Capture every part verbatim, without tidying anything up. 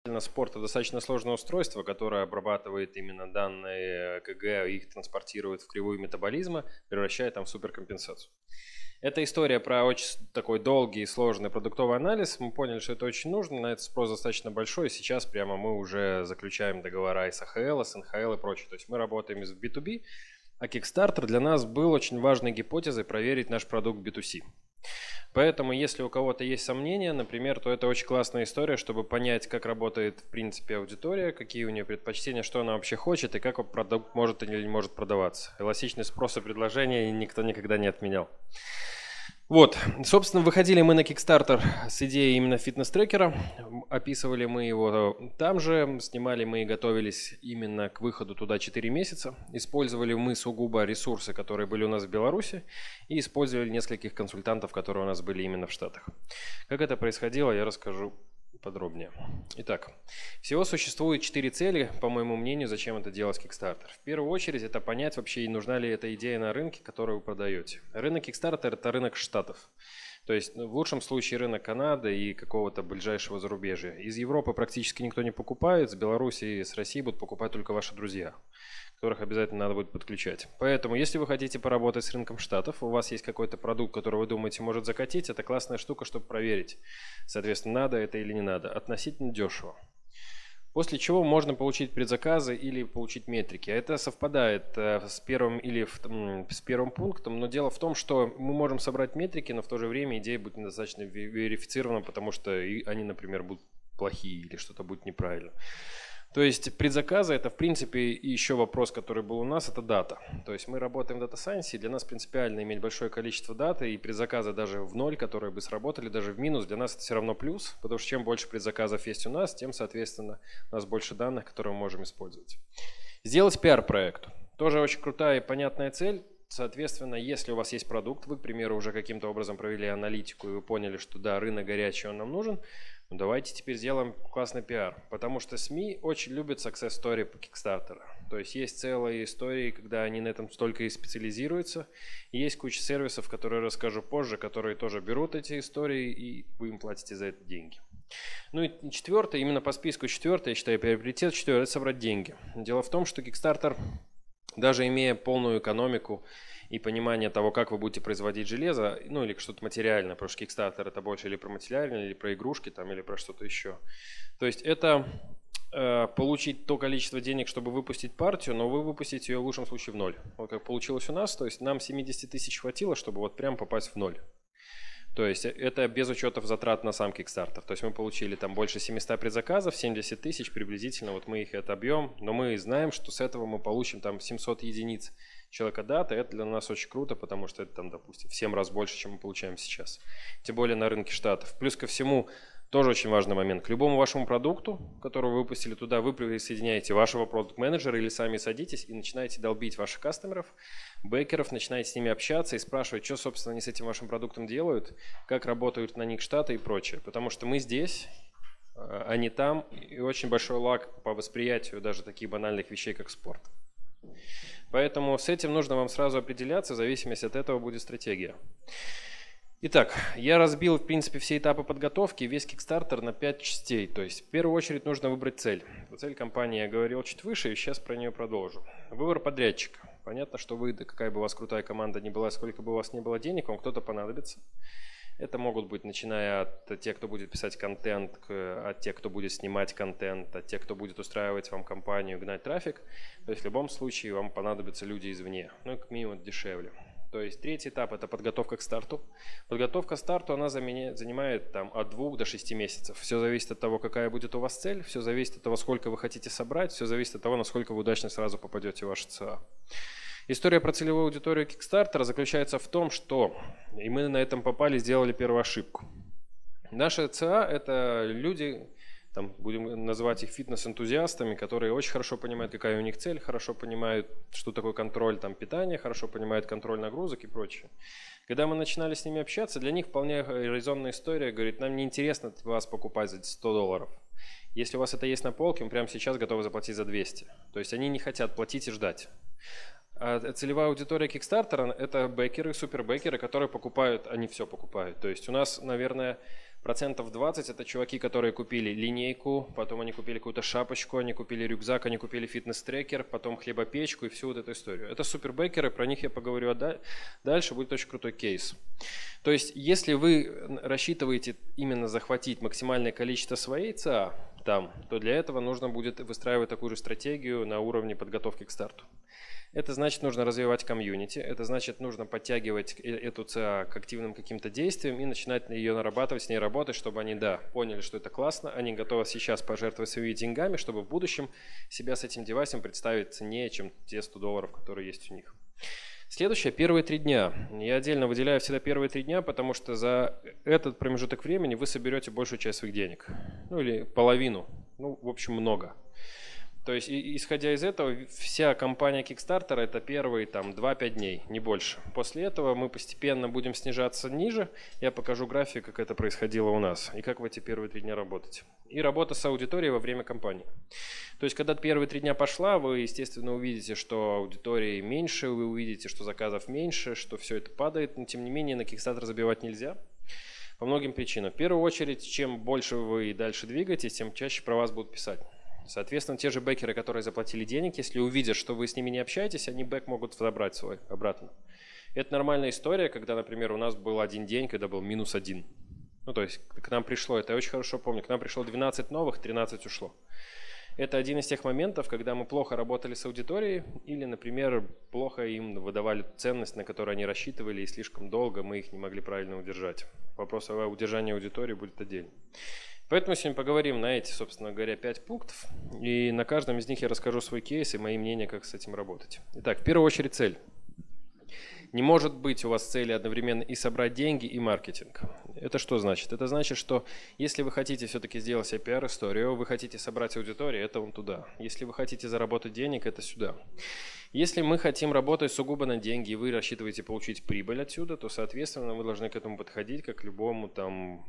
Спорта достаточно сложное устройство, которое обрабатывает именно данные КГ, их транспортирует в кривую метаболизма, превращая там в суперкомпенсацию. Это история про очень такой долгий и сложный продуктовый анализ. Мы поняли, что это очень нужно, на это спрос достаточно большой. Сейчас прямо мы уже заключаем договора и с АХЛ, с эн ха эл и прочее. То есть мы работаем в би ту би, а Kickstarter для нас был очень важной гипотезой проверить наш продукт би ту си. Поэтому, если у кого-то есть сомнения, например, то это очень классная история, чтобы понять, как работает в принципе аудитория, какие у нее предпочтения, что она вообще хочет и как продукт может или не может продаваться. Эластичный спрос и предложение никто никогда не отменял. Вот, собственно, выходили мы на Kickstarter с идеей именно фитнес-трекера, описывали мы его там же, снимали мы и готовились именно к выходу туда четыре месяца, использовали мы сугубо ресурсы, которые были у нас в Беларуси, и использовали нескольких консультантов, которые у нас были именно в Штатах. Как это происходило, я расскажу подробнее. Итак, всего существует четыре цели, по моему мнению, зачем это делать Kickstarter. В первую очередь, это понять вообще, нужна ли эта идея на рынке, которую вы продаете. Рынок Kickstarter – это рынок Штатов. То есть в лучшем случае рынок Канады и какого-то ближайшего зарубежья. Из Европы практически никто не покупает, с Беларуси и с России будут покупать только ваши друзья, которых обязательно надо будет подключать. Поэтому, если вы хотите поработать с рынком Штатов, у вас есть какой-то продукт, который вы думаете может закатить, это классная штука, чтобы проверить, соответственно, надо это или не надо. Относительно дешево. После чего можно получить предзаказы или получить метрики. Это совпадает с первым или с первым пунктом, но дело в том, что мы можем собрать метрики, но в то же время идея будет недостаточно верифицирована, потому что они, например, будут плохие или что-то будет неправильно. То есть предзаказы – это, в принципе, еще вопрос, который был у нас, это дата. То есть мы работаем в Data Science, и для нас принципиально иметь большое количество даты, и предзаказы даже в ноль, которые бы сработали, даже в минус, для нас это все равно плюс, потому что чем больше предзаказов есть у нас, тем, соответственно, у нас больше данных, которые мы можем использовать. Сделать пиар-проект – тоже очень крутая и понятная цель. Соответственно, если у вас есть продукт, вы, к примеру, уже каким-то образом провели аналитику, и вы поняли, что да, рынок горячий, он нам нужен, ну, давайте теперь сделаем классный пиар, потому что СМИ очень любят success story по Kickstarter. То есть есть целые истории, когда они на этом столько и специализируются, и есть куча сервисов, которые я расскажу позже, которые тоже берут эти истории, и вы им платите за это деньги. Ну и четвертое, именно по списку четвертое, я считаю, приоритет четвертое – это собрать деньги. Дело в том, что Kickstarter, даже имея полную экономику и понимание того, как вы будете производить железо, ну или что-то материальное, потому что Kickstarter это больше или про материальное, или про игрушки, там, или про что-то еще. То есть это э, получить то количество денег, чтобы выпустить партию, но вы выпустите ее в лучшем случае в ноль. Вот как получилось у нас, то есть нам семьдесят тысяч хватило, чтобы вот прям попасть в ноль. То есть это без учетов затрат на сам Kickstarter. То есть мы получили там больше семисот предзаказов, семьдесят тысяч приблизительно, вот мы их отобьем, но мы знаем, что с этого мы получим там семьсот единиц человека даты. Это для нас очень круто, потому что это там, допустим, в семь раз больше, чем мы получаем сейчас. Тем более на рынке Штатов. Плюс ко всему, тоже очень важный момент. К любому вашему продукту, который вы выпустили туда, вы присоединяете вашего продукт-менеджера или сами садитесь и начинаете долбить ваших кастомеров, бэкеров, начинаете с ними общаться и спрашивать, что, собственно, они с этим вашим продуктом делают, как работают на них штаты и прочее. Потому что мы здесь, а не там, и очень большой лаг по восприятию даже таких банальных вещей, как спорт. Поэтому с этим нужно вам сразу определяться, в зависимости от этого будет стратегия. Итак, я разбил, в принципе, все этапы подготовки, весь Kickstarter на пять частей. То есть, в первую очередь, нужно выбрать цель. Цель компании я говорил чуть выше, и сейчас про нее продолжу. Выбор подрядчика. Понятно, что вы, да какая бы у вас крутая команда ни была, сколько бы у вас ни было денег, вам кто-то понадобится. Это могут быть, начиная от тех, кто будет писать контент, от тех, кто будет снимать контент, от тех, кто будет устраивать вам компанию, гнать трафик. То есть, в любом случае, вам понадобятся люди извне. Ну, как минимум, дешевле. То есть третий этап – это подготовка к старту. Подготовка к старту, она занимает там, от двух до шести месяцев. Все зависит от того, какая будет у вас цель, все зависит от того, сколько вы хотите собрать, все зависит от того, насколько вы удачно сразу попадете в ваше ЦА. История про целевую аудиторию Kickstarter заключается в том, что, и мы на этом попали, сделали первую ошибку. Наша ЦА – это люди, там, будем называть их фитнес-энтузиастами, которые очень хорошо понимают, какая у них цель, хорошо понимают, что такое контроль там, питания, хорошо понимают контроль нагрузок и прочее. Когда мы начинали с ними общаться, для них вполне резонная история, говорит, нам не интересно вас покупать за сто долларов. Если у вас это есть на полке, мы прямо сейчас готовы заплатить за двести. То есть они не хотят платить и ждать. А целевая аудитория Kickstarter – это бэкеры, супербэкеры, которые покупают, они все покупают. То есть у нас, наверное, Процентов двадцать это чуваки, которые купили линейку, потом они купили какую-то шапочку, они купили рюкзак, они купили фитнес-трекер, потом хлебопечку и всю вот эту историю. Это супербекеры, про них я поговорю дальше, будет очень крутой кейс. То есть, если вы рассчитываете именно захватить максимальное количество своей ЦА там, то для этого нужно будет выстраивать такую же стратегию на уровне подготовки к старту. Это значит, нужно развивать комьюнити, это значит, нужно подтягивать эту ЦА к активным каким-то действиям и начинать ее нарабатывать, с ней работать, чтобы они, да, поняли, что это классно, они готовы сейчас пожертвовать своими деньгами, чтобы в будущем себя с этим девайсом представить ценнее, чем те сто долларов, которые есть у них. Следующее, первые три дня. Я отдельно выделяю всегда первые три дня, потому что за этот промежуток времени вы соберете большую часть своих денег. Ну или половину, ну в общем много. То есть, исходя из этого, вся компания Kickstarter это первые там два-пять дней, не больше. После этого мы постепенно будем снижаться ниже. Я покажу график, как это происходило у нас и как в эти первые три дня работать. И работа с аудиторией во время кампании. То есть, когда первые три дня пошла, вы, естественно, увидите, что аудитории меньше, вы увидите, что заказов меньше, что все это падает. Но, тем не менее, на Kickstarter забивать нельзя. По многим причинам. В первую очередь, чем больше вы дальше двигаетесь, тем чаще про вас будут писать. Соответственно, те же бэкеры, которые заплатили денег, если увидят, что вы с ними не общаетесь, они бэк могут забрать свой обратно. Это нормальная история, когда, например, у нас был один день, когда был минус один. Ну, то есть к нам пришло, это я очень хорошо помню, к нам пришло двенадцать новых, тринадцать ушло. Это один из тех моментов, когда мы плохо работали с аудиторией или, например, плохо им выдавали ценность, на которую они рассчитывали, и слишком долго мы их не могли правильно удержать. Вопрос о удержании аудитории будет отдельно. Поэтому сегодня поговорим на эти, собственно говоря, пять пунктов, и на каждом из них я расскажу свой кейс и мои мнения, как с этим работать. Итак, в первую очередь цель. Не может быть у вас цели одновременно и собрать деньги, и маркетинг. Это что значит? Это значит, что если вы хотите все-таки сделать себе пиар-историю, вы хотите собрать аудиторию, это вон туда. Если вы хотите заработать денег, это сюда. Если мы хотим работать сугубо на деньги, и вы рассчитываете получить прибыль отсюда, то, соответственно, вы должны к этому подходить как к любому там,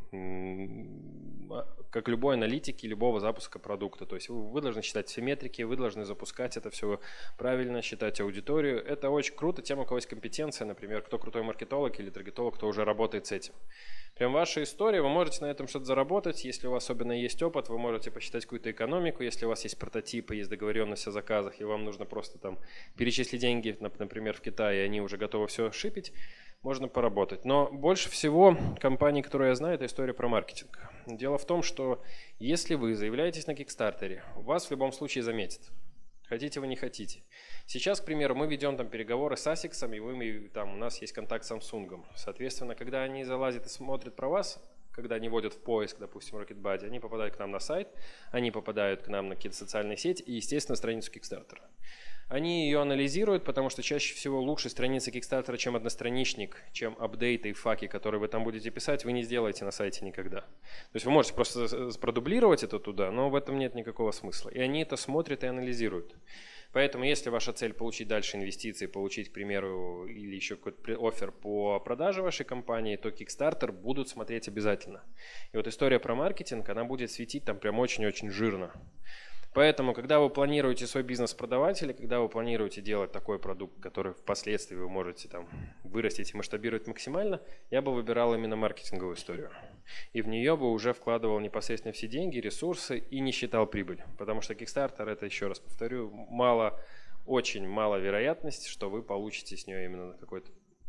как любой аналитике любого запуска продукта. То есть вы, вы должны считать все метрики, вы должны запускать это все правильно, считать аудиторию. Это очень круто. Тем, у кого есть компетенция, например, кто крутой маркетолог или таргетолог, кто уже работает с этим. Прям ваша история, вы можете на этом что-то заработать. Если у вас особенно есть опыт, вы можете посчитать какую-то экономику. Если у вас есть прототипы, есть договоренность о заказах, и вам нужно просто там перечислить деньги, например, в Китае, и они уже готовы все шипить, можно поработать. Но больше всего компании, которые я знаю, это история про маркетинг. Дело в том, что если вы заявляетесь на Kickstarter, вас в любом случае заметят. Хотите вы, не хотите. Сейчас, к примеру, мы ведем там переговоры с Asics, и вы, там, у нас есть контакт с Samsung. Соответственно, когда они залазят и смотрят про вас, когда они вводят в поиск, допустим, RocketBuddy, они попадают к нам на сайт, они попадают к нам на какие-то социальные сети и, естественно, страницу Kickstarter. Они ее анализируют, потому что чаще всего лучше страница Kickstarter, чем одностраничник, чем апдейты и факи, которые вы там будете писать, вы не сделаете на сайте никогда. То есть вы можете просто продублировать это туда, но в этом нет никакого смысла. И они это смотрят и анализируют. Поэтому, если ваша цель получить дальше инвестиции, получить, к примеру, или еще какой-то оффер по продаже вашей компании, то Kickstarter будут смотреть обязательно. И вот история про маркетинг, она будет светить там прям очень-очень жирно. Поэтому, когда вы планируете свой бизнес продавать или когда вы планируете делать такой продукт, который впоследствии вы можете там вырастить и масштабировать максимально, я бы выбирал именно маркетинговую историю. И в нее бы уже вкладывал непосредственно все деньги, ресурсы и не считал прибыль. Потому что Kickstarter, это, еще раз повторю, мало, очень мало вероятность, что вы получите с нее именно какой-то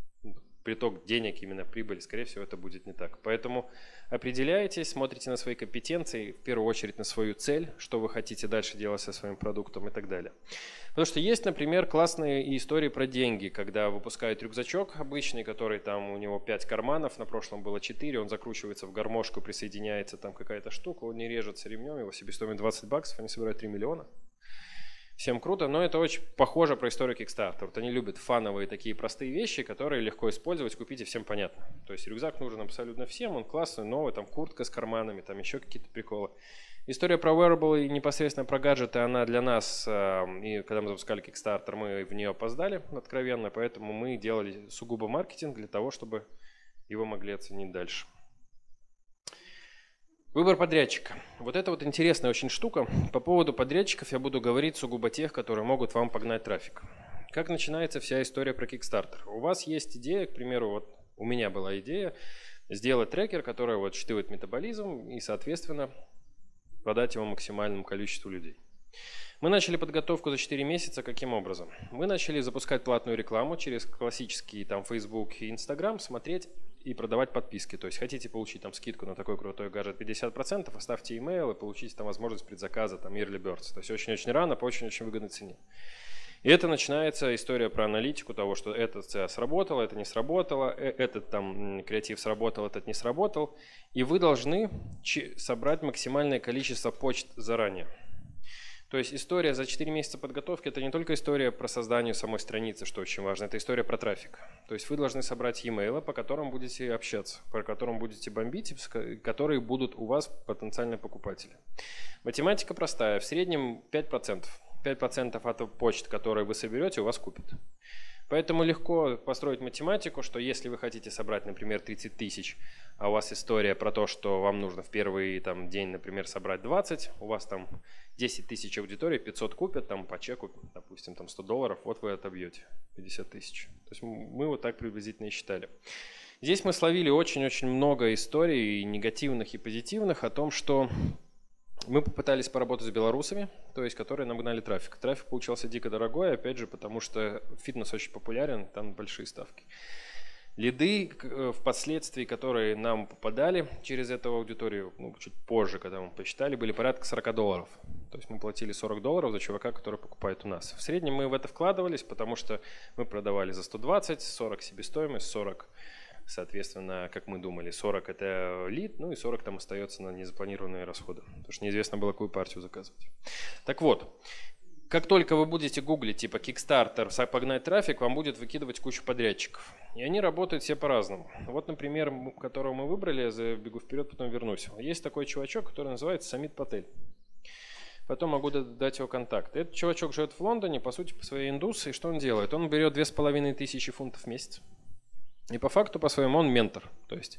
приток денег, именно прибыль, скорее всего, это будет не так. Поэтому определяйтесь, смотрите на свои компетенции, в первую очередь на свою цель, что вы хотите дальше делать со своим продуктом и так далее. Потому что есть, например, классные истории про деньги, когда выпускают рюкзачок обычный, который там у него пять карманов, на прошлом было четыре, он закручивается в гармошку, присоединяется там какая-то штука, он не режется ремнем, его себестоимость двадцать баксов, они собирают три миллиона. Всем круто, но это очень похоже про историю Kickstarter. Вот они любят фановые такие простые вещи, которые легко использовать, купить и всем понятно. То есть рюкзак нужен абсолютно всем, он классный, новый, там куртка с карманами, там еще какие-то приколы. История про wearable и непосредственно про гаджеты, она для нас, и когда мы запускали Kickstarter, мы в нее опоздали откровенно, поэтому мы делали сугубо маркетинг для того, чтобы его могли оценить дальше. Выбор подрядчика. Вот это вот интересная очень штука. По поводу подрядчиков я буду говорить сугубо тех, которые могут вам погнать трафик. Как начинается вся история про Kickstarter? У вас есть идея, к примеру, вот у меня была идея сделать трекер, который вот считывает метаболизм и, соответственно, продать его максимальному количеству людей. Мы начали подготовку за четыре месяца. Каким образом? Мы начали запускать платную рекламу через классические там Facebook и Instagram, смотреть и продавать подписки. То есть хотите получить там скидку на такой крутой гаджет пятьдесят процентов, оставьте email и получите там возможность предзаказа там Early Birds. То есть очень-очень рано по очень-очень выгодной цене. И это начинается история про аналитику того, что это сработало, это не сработало, этот там креатив сработал, этот не сработал. И вы должны собрать максимальное количество почт заранее. То есть история за четыре месяца подготовки – это не только история про создание самой страницы, что очень важно, это история про трафик. То есть вы должны собрать e-mail, по которым будете общаться, по которым будете бомбить, которые будут у вас потенциальные покупатели. Математика простая, в среднем пять процентов. пять процентов от почт, которые вы соберете, у вас купят. Поэтому легко построить математику, что если вы хотите собрать, например, тридцать тысяч, а у вас история про то, что вам нужно в первый там, день, например, собрать двадцать, у вас там десять тысяч аудитории, пятьсот купят, там по чеку, допустим, там сто долларов, вот вы отобьете пятьдесят тысяч. То есть мы вот так приблизительно и считали. Здесь мы словили очень-очень много историй, и негативных, и позитивных, о том, что мы попытались поработать с белорусами, то есть которые нам гнали трафик. Трафик получался дико дорогой, опять же, потому что фитнес очень популярен, там большие ставки. Лиды впоследствии, которые нам попадали через эту аудиторию, ну, чуть позже, когда мы посчитали, были порядка сорок долларов. То есть мы платили сорок долларов за чувака, который покупает у нас. В среднем мы в это вкладывались, потому что мы продавали за сто двадцать, сорок себестоимость, сорок, соответственно, как мы думали, сорок это лид, ну и сорок там остается на незапланированные расходы, потому что неизвестно было, какую партию заказывать. Так вот, как только вы будете гуглить типа Kickstarter, погнать трафик, вам будет выкидывать кучу подрядчиков. И они работают все по-разному. Вот, например, которого мы выбрали, забегу вперед, потом вернусь. Есть такой чувачок, который называется Самит Патель. Потом могу дать его контакт. Этот чувачок живет в Лондоне, по сути, по своей индусу. И что он делает? Он берет две с половиной тысячи фунтов в месяц. И по факту, по-своему, он ментор. То есть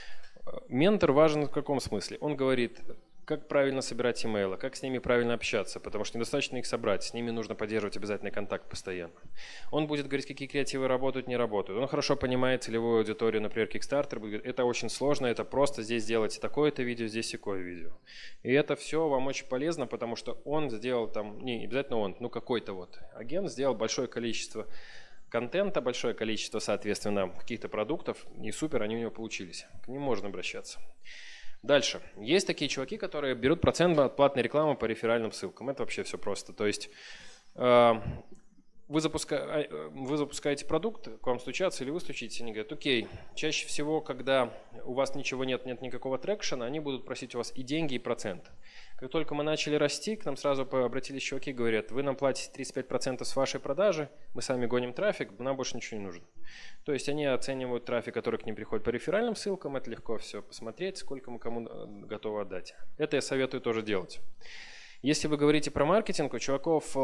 ментор важен в каком смысле? Он говорит, как правильно собирать имейлы, как с ними правильно общаться, потому что недостаточно их собрать, с ними нужно поддерживать обязательный контакт постоянно. Он будет говорить, какие креативы работают, не работают. Он хорошо понимает целевую аудиторию, например, Kickstarter, будет говорить, это очень сложно, это просто, здесь сделайте такое-то видео, здесь такое видео. И это все вам очень полезно, потому что он сделал там, не обязательно он, ну какой-то вот агент сделал большое количество контента, большое количество, соответственно, каких-то продуктов, и супер, они у него получились. К ним можно обращаться. Дальше. Есть такие чуваки, которые берут процент от платной рекламы по реферальным ссылкам. Это вообще все просто. То есть э, вы, запуска... вы запускаете продукт, к вам стучатся или вы стучитесь, они говорят, окей, чаще всего, когда у вас ничего нет, нет никакого трекшена, они будут просить у вас и деньги, и процент. Как только мы начали расти, к нам сразу обратились чуваки, говорят, вы нам платите тридцать пять процентов с вашей продажи, мы сами гоним трафик, нам больше ничего не нужно. То есть они оценивают трафик, который к ним приходит по реферальным ссылкам, это легко все посмотреть, сколько мы кому готовы отдать. Это я советую тоже делать. Если вы говорите про маркетинг, у чуваков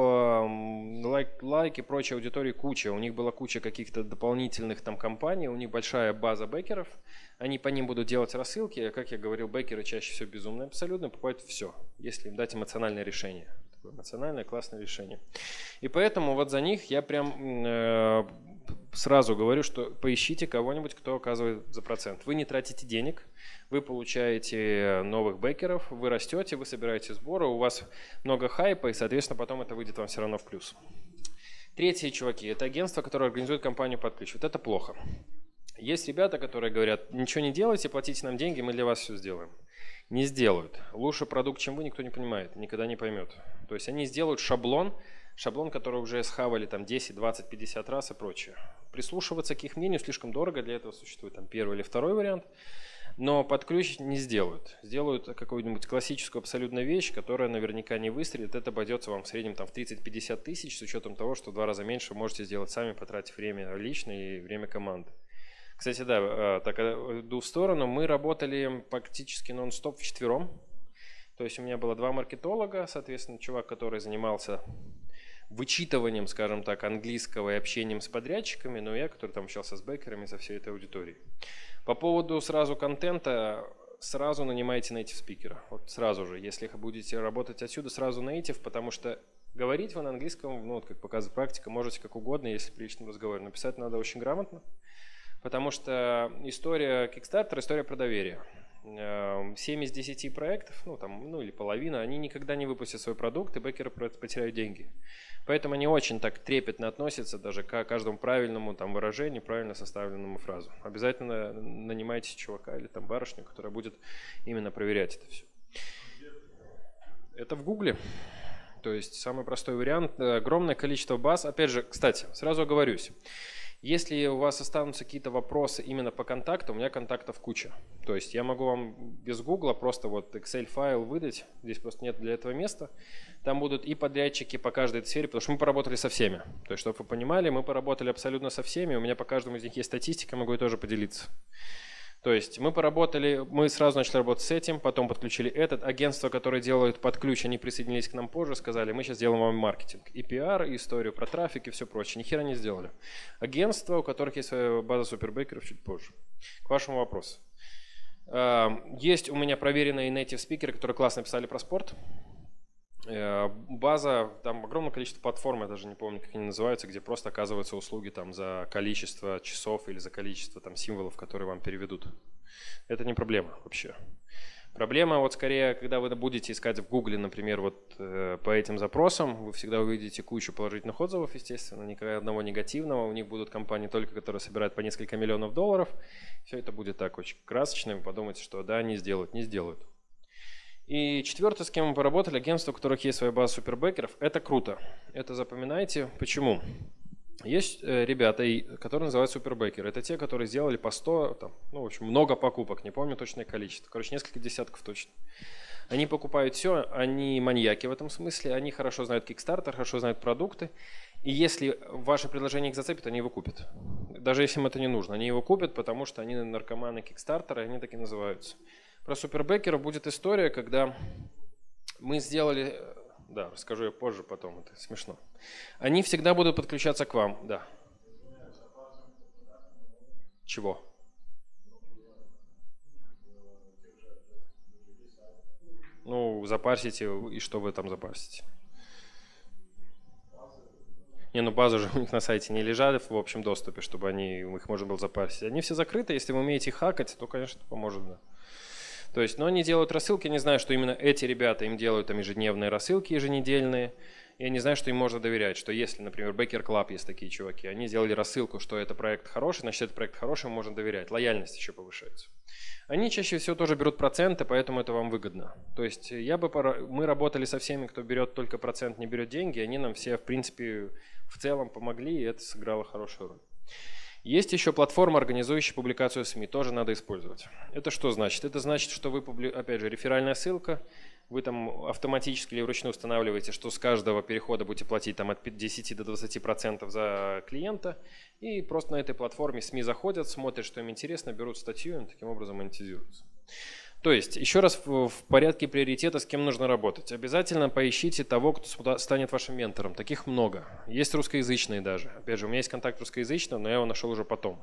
лайк, лайк и прочей аудитории куча. У них была куча каких-то дополнительных там компаний, у них большая база бэкеров. Они по ним будут делать рассылки. Как я говорил, бэкеры чаще всего безумные абсолютно, покупают все, если им дать эмоциональное решение. Такое эмоциональное классное решение. И поэтому вот за них я прям э, сразу говорю, что поищите кого-нибудь, кто оказывает за процент. Вы не тратите денег. Вы получаете новых бэкеров, вы растете, вы собираете сборы, у вас много хайпа, и, соответственно, потом это выйдет вам все равно в плюс. Третьи чуваки – это агентство, которое организует компанию под ключ. Вот это плохо. Есть ребята, которые говорят, ничего не делайте, платите нам деньги, мы для вас все сделаем. Не сделают. Лучше продукт, чем вы, никто не понимает, никогда не поймет. То есть они сделают шаблон, шаблон, который уже схавали там десять, двадцать, пятьдесят раз и прочее. Прислушиваться к их мнению слишком дорого, для этого существует там первый или второй вариант. Но под ключ не сделают. Сделают какую-нибудь классическую абсолютно вещь, которая наверняка не выстрелит. Это обойдется вам в среднем там, в тридцать-пятьдесят тысяч, с учетом того, что в два раза меньше вы можете сделать сами, потратив время личное и время команды. Кстати, да, так иду в сторону. Мы работали практически нон-стоп вчетвером. То есть у меня было два маркетолога, соответственно, чувак, который занимался вычитыванием, скажем так, английского и общением с подрядчиками, но я, который там общался с бэкерами, со всей этой аудиторией. По поводу сразу контента, сразу нанимайте native спикера. Вот сразу же, если будете работать отсюда, сразу native, потому что говорить вы на английском, ну вот как показывает практика, можете как угодно, если при личном разговоре. Написать надо очень грамотно. Потому что история Kickstarter – история про доверие. семь из десяти проектов, ну, там, ну или половина, они никогда не выпустят свой продукт, и бэкеры потеряют деньги. Поэтому они очень так трепетно относятся даже к каждому правильному там, выражению, правильно составленному фразу. Обязательно нанимайте чувака или там барышню, которая будет именно проверять это все. Это в Гугле. То есть самый простой вариант. Огромное количество баз. Опять же, кстати, сразу оговорюсь. Если у вас останутся какие-то вопросы именно по контакту, у меня контактов куча. То есть я могу вам без Гугла просто вот Excel-файл выдать, здесь просто нет для этого места. Там будут и подрядчики по каждой этой сфере, потому что мы поработали со всеми. То есть, чтобы вы понимали, мы поработали абсолютно со всеми, у меня по каждому из них есть статистика, могу ее тоже поделиться. То есть мы поработали, мы сразу начали работать с этим, потом подключили этот. Агентство, которое делают под ключ, они присоединились к нам позже, сказали, мы сейчас сделаем вам маркетинг. И пиар, и историю про трафик, и все прочее. Ни хера не сделали. Агентства, у которых есть своя база супербэкеров, чуть позже. К вашему вопросу. Есть у меня проверенные native спикеры, которые классно писали про спорт. База, там огромное количество платформ, я даже не помню, как они называются, где просто оказываются услуги там, за количество часов или за количество там, символов, которые вам переведут. Это не проблема вообще. Проблема вот скорее, когда вы будете искать в Гугле, например, вот э, по этим запросам, вы всегда увидите кучу положительных отзывов, естественно, ни одного негативного. У них будут компании только, которые собирают по несколько миллионов долларов. Все это будет так очень красочно, вы подумаете, что да, они сделают, не сделают. И четвертое, с кем мы поработали, агентство, у которых есть своя база супербэкеров, это круто. Это запоминайте. Почему? Есть ребята, которые называют супербэкеры. Это те, которые сделали по сто, там, ну, в общем, много покупок, не помню точное количество. Короче, несколько десятков точно. Они покупают все, они маньяки в этом смысле, они хорошо знают Kickstarter, хорошо знают продукты. И если ваше предложение их зацепит, они его купят. Даже если им это не нужно, они его купят, потому что они наркоманы Kickstarter, и они так и называются. Про супербэкеров будет история, когда мы сделали, да, расскажу я позже, потом, это смешно. Они всегда будут подключаться к вам, да. Чего? Ну, запарсите, и что вы там запарсите? Не, ну базы же у них на сайте не лежат в общем доступе, чтобы они, их можно было запарсить. Они все закрыты, если вы умеете хакать, то, конечно, это поможет, да. То есть, но они делают рассылки, я не знаю, что именно эти ребята им делают там ежедневные рассылки, еженедельные. Я не знаю, что им можно доверять, что если, например, Baker Club есть такие чуваки, они сделали рассылку, что это проект хороший, значит, этот проект хороший, ему можно доверять. Лояльность еще повышается. Они чаще всего тоже берут проценты, поэтому это вам выгодно. То есть я бы пора... мы работали со всеми, кто берет только процент, не берет деньги, они нам все, в принципе, в целом помогли, и это сыграло хорошую роль. Есть еще платформа, организующая публикацию в СМИ, тоже надо использовать. Это что значит? Это значит, что вы, опять же, реферальная ссылка, вы там автоматически или вручную устанавливаете, что с каждого перехода будете платить там, от десяти до двадцати процентов за клиента, и просто на этой платформе СМИ заходят, смотрят, что им интересно, берут статью и таким образом монетизируются. То есть, еще раз в порядке приоритета, с кем нужно работать. Обязательно поищите того, кто станет вашим ментором. Таких много. Есть русскоязычные даже. Опять же, у меня есть контакт русскоязычного, но я его нашел уже потом.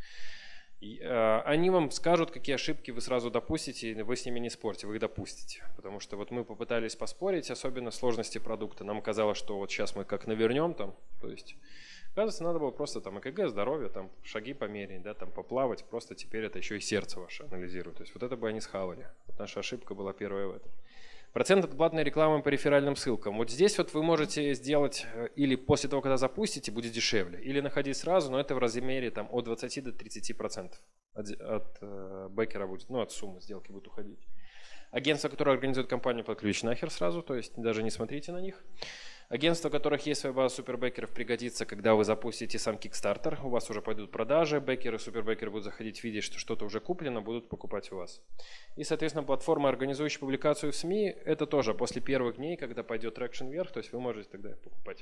И, э, они вам скажут, какие ошибки вы сразу допустите, и вы с ними не спорьте, вы их допустите. Потому что вот мы попытались поспорить, особенно сложности продукта. Нам казалось, что вот сейчас мы как навернем там, то есть... Оказывается, надо было просто там ЭКГ, здоровье, там шаги померить, да, там поплавать. Просто теперь это еще и сердце ваше анализирует. То есть вот это бы они схавали. Вот наша ошибка была первая в этом. Процент от платной рекламы по реферальным ссылкам. Вот здесь вот вы можете сделать или после того, когда запустите, будет дешевле, или находить сразу, но это в размере там, от двадцати до тридцати процентов от, от э, бэкера будет, ну от суммы сделки будет уходить. Агентство, которое организует компанию, подключить нахер сразу, то есть даже не смотрите на них. Агентства, у которых есть своя база супербэкеров, пригодится, когда вы запустите сам Kickstarter. У вас уже пойдут продажи, бэкеры, супербэкеры будут заходить, видеть, что что-то уже куплено, будут покупать у вас. И, соответственно, платформа, организующая публикацию в СМИ, это тоже после первых дней, когда пойдет трекшн вверх, то есть вы можете тогда покупать.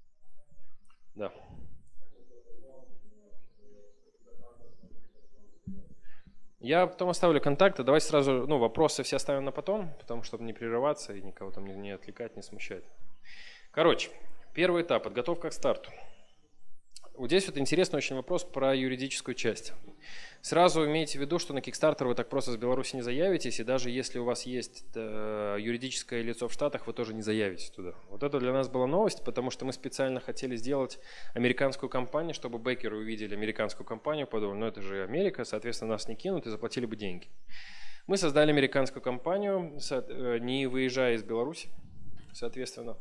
Да. Я потом оставлю контакты. Давайте сразу, ну, вопросы все оставим на потом, потому чтобы не прерываться и никого там не, не отвлекать, не смущать. Короче, первый этап – подготовка к старту. Вот здесь вот интересный очень вопрос про юридическую часть. Сразу имейте в виду, что на Kickstarter вы так просто с Беларуси не заявитесь, и даже если у вас есть э, юридическое лицо в Штатах, вы тоже не заявитесь туда. Вот это для нас была новость, потому что мы специально хотели сделать американскую компанию, чтобы бэкеры увидели американскую компанию, подумали, ну это же Америка, соответственно, нас не кинут и заплатили бы деньги. Мы создали американскую компанию, не выезжая из Беларуси, соответственно.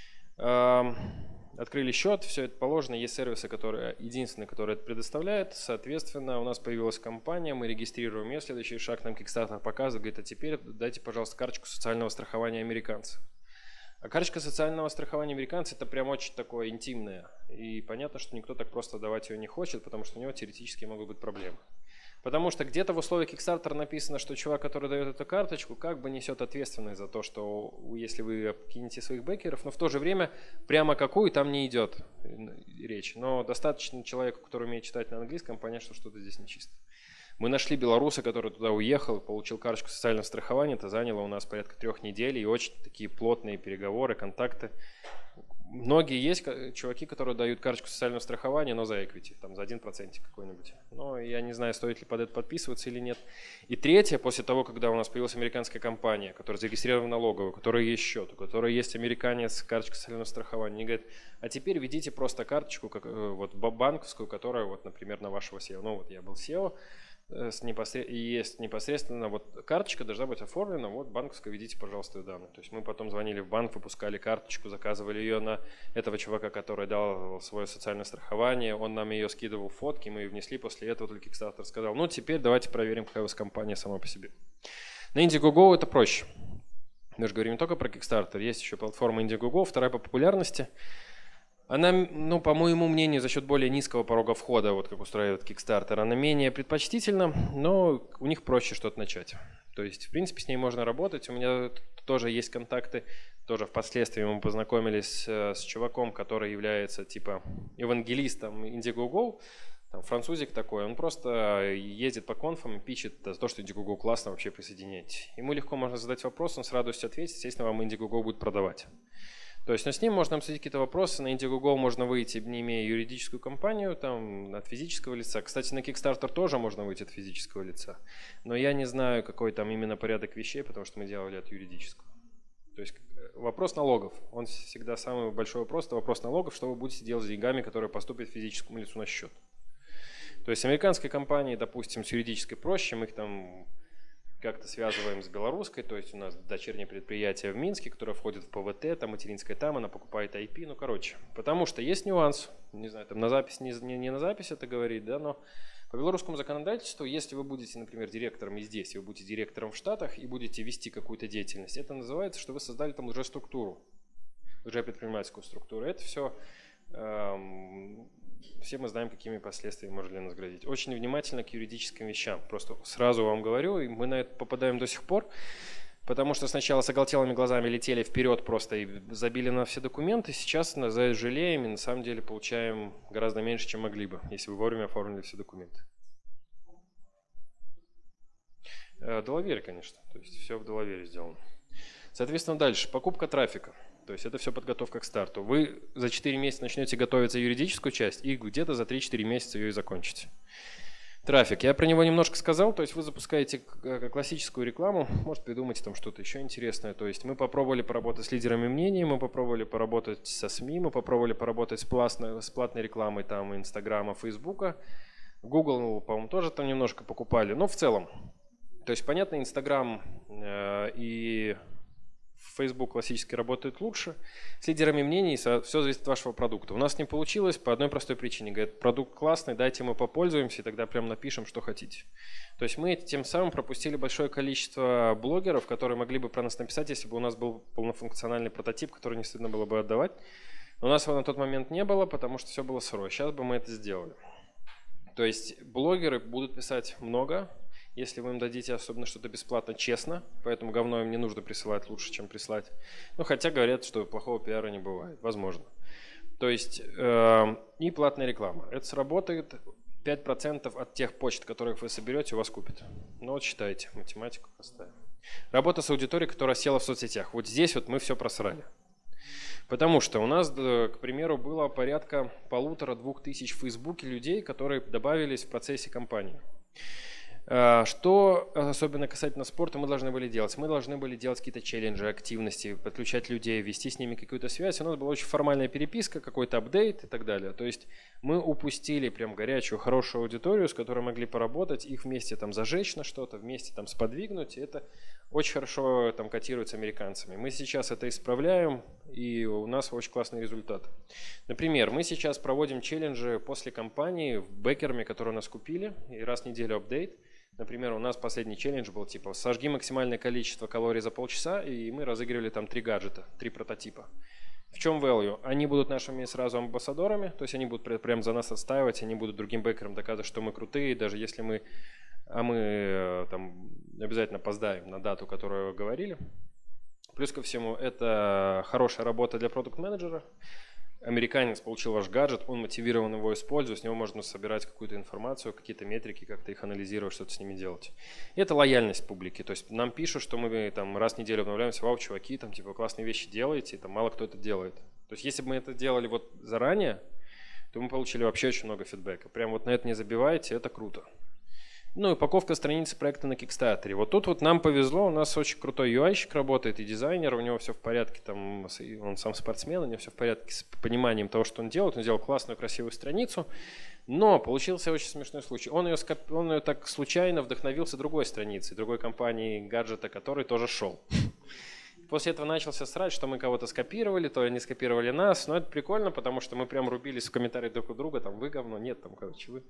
Открыли счет, все это положено, есть сервисы, которые, единственные, которые это предоставляют. Соответственно, у нас появилась компания, мы регистрируем ее, следующий шаг нам Kickstarter показывает, говорит, а теперь дайте, пожалуйста, карточку социального страхования американца. А карточка социального страхования американца это прям очень такое интимное. И понятно, что никто так просто давать ее не хочет, потому что у него теоретически могут быть проблемы. Потому что где-то в условиях Kickstarter написано, что чувак, который дает эту карточку, как бы несет ответственность за то, что если вы кинете своих бэкеров, но в то же время прямо какую там не идет речь. Но достаточно человеку, который умеет читать на английском, понять, что что-то здесь нечисто. Мы нашли белоруса, который туда уехал, получил карточку социального страхования. Это заняло у нас порядка трех недель и очень такие плотные переговоры, контакты. Многие есть чуваки, которые дают карточку социального страхования, но за эквити, там за один процент какой-нибудь. Но я не знаю, стоит ли под это подписываться или нет. И третье, после того, когда у нас появилась американская компания, которая зарегистрирована в налоговую, у которой есть счет, у которой есть американец, карточка социального страхования, они говорят, а теперь введите просто карточку как, вот, банковскую, которая, вот, например, на вашего сео. Ну вот я был сео, и есть непосредственно вот карточка должна быть оформлена, вот банковская, введите, пожалуйста, ее данные. То есть мы потом звонили в банк, выпускали карточку, заказывали ее на этого чувака, который дал свое социальное страхование, он нам ее скидывал фотки, мы ее внесли, после этого только Kickstarter сказал, ну теперь давайте проверим, какая у вас компания сама по себе. На Indiegogo это проще. Мы же говорим не только про Kickstarter, есть еще платформа Indiegogo, вторая по популярности. Она, ну, по моему мнению, за счет более низкого порога входа, вот как устраивает Kickstarter, она менее предпочтительна, но у них проще что-то начать. То есть, в принципе, с ней можно работать. У меня тоже есть контакты, тоже впоследствии мы познакомились с чуваком, который является типа евангелистом Indiegogo, там, французик такой, он просто ездит по конфам и пичет за то, что Indiegogo классно, вообще присоединяйтесь. Ему легко можно задать вопрос, он с радостью ответит, естественно, вам Indiegogo будет продавать. То есть, ну, с ним можно обсудить какие-то вопросы, на Indiegogo можно выйти, не имея юридическую компанию, там, от физического лица. Кстати, на Kickstarter тоже можно выйти от физического лица, но я не знаю, какой там именно порядок вещей, потому что мы делали от юридического. То есть вопрос налогов, он всегда самый большой вопрос, это вопрос налогов, что вы будете делать с деньгами, которые поступят физическому лицу на счет. То есть американской компании, допустим, с юридической проще, мы их там как-то связываем с белорусской, то есть у нас дочернее предприятие в Минске, которое входит в ПВТ, там материнская там, она покупает ай пи, ну короче. Потому что есть нюанс, не знаю, там на запись, не, не, не на запись это говорить, да, но по белорусскому законодательству, если вы будете, например, директором и здесь, и вы будете директором в Штатах и будете вести какую-то деятельность, это называется, что вы создали там уже структуру, уже предпринимательскую структуру. Это все... Эм, Все мы знаем, какими последствиями может для нас грозить. Очень внимательно к юридическим вещам. Просто сразу вам говорю, и мы на это попадаем до сих пор, потому что сначала с оголтелыми глазами летели вперед просто и забили на все документы. Сейчас за это жалеем и на самом деле получаем гораздо меньше, чем могли бы, если бы вовремя оформили все документы. Делавере, конечно. То есть все в Делавере сделано. Соответственно, дальше. Покупка трафика. То есть это все подготовка к старту. Вы за четыре месяца начнете готовить за юридическую часть и где-то за три-четыре месяца ее и закончите. Трафик. Я про него немножко сказал. То есть вы запускаете классическую рекламу, может придумать там что-то еще интересное. То есть мы попробовали поработать с лидерами мнений, мы попробовали поработать со СМИ, мы попробовали поработать с платной, с платной рекламой там Инстаграма, Фейсбука. Google, по-моему, тоже там немножко покупали. Но в целом. То есть понятно, Инстаграм э, и... Facebook классически работает лучше. С лидерами мнений все зависит от вашего продукта. У нас не получилось по одной простой причине. Говорят, продукт классный, дайте мы попользуемся, и тогда прям напишем, что хотите. То есть мы тем самым пропустили большое количество блогеров, которые могли бы про нас написать, если бы у нас был полнофункциональный прототип, который не стыдно было бы отдавать. Но у нас его на тот момент не было, потому что все было сырое. Сейчас бы мы это сделали. То есть блогеры будут писать много, если вы им дадите особенно что-то бесплатно, честно, поэтому говно им не нужно присылать лучше, чем прислать. Ну, хотя говорят, что плохого пиара не бывает, возможно. То есть э, и платная реклама. Это сработает, пять процентов от тех почт, которых вы соберете, у вас купят. Ну вот считайте, математику поставим. Работа с аудиторией, которая села в соцсетях. Вот здесь вот мы все просрали. Потому что у нас, к примеру, было порядка полутора-двух тысяч в Фейсбуке людей, которые добавились в процессе кампании. Что особенно касательно спорта мы должны были делать? Мы должны были делать какие-то челленджи, активности, подключать людей, вести с ними какую-то связь. У нас была очень формальная переписка, какой-то апдейт и так далее. То есть мы упустили прям горячую, хорошую аудиторию, с которой могли поработать, их вместе там зажечь на что-то, вместе там сподвигнуть. И это очень хорошо там котируется американцами. Мы сейчас это исправляем, и у нас очень классный результат. Например, мы сейчас проводим челленджи после кампании в бэкерами, которые у нас купили, и раз в неделю апдейт. Например, у нас последний челлендж был типа сожги максимальное количество калорий за полчаса, и мы разыгрывали там три гаджета, три прототипа. В чем value? Они будут нашими сразу амбассадорами, то есть они будут прям за нас отстаивать, они будут другим бэкерам доказывать, что мы крутые, даже если мы, а мы там обязательно опоздаем на дату, которую говорили. Плюс ко всему, это хорошая работа для продукт-менеджера. Американец получил ваш гаджет, он мотивирован его использовать, с него можно собирать какую-то информацию, какие-то метрики, как-то их анализировать, что-то с ними делать. И это лояльность публики, то есть нам пишут, что мы там раз в неделю обновляемся, вау, чуваки, там типа классные вещи делаете, там мало кто это делает. То есть если бы мы это делали вот заранее, то мы получили вообще очень много фидбэка. Прям вот на это не забивайте, это круто. Ну и упаковка страницы проекта на Kickstarter. Вот тут вот нам повезло, у нас очень крутой ю ай-щик работает и дизайнер, у него все в порядке, там, он сам спортсмен, у него все в порядке с пониманием того, что он делает. Он сделал классную, красивую страницу, но получился очень смешной случай. Он ее, он ее так случайно вдохновился другой страницей, другой компанией гаджета, который тоже шел. После этого начался срать, что мы кого-то скопировали, то они скопировали нас, но это прикольно, потому что мы прям рубились в комментариях друг у друга, там, вы говно, нет, там, короче, вы...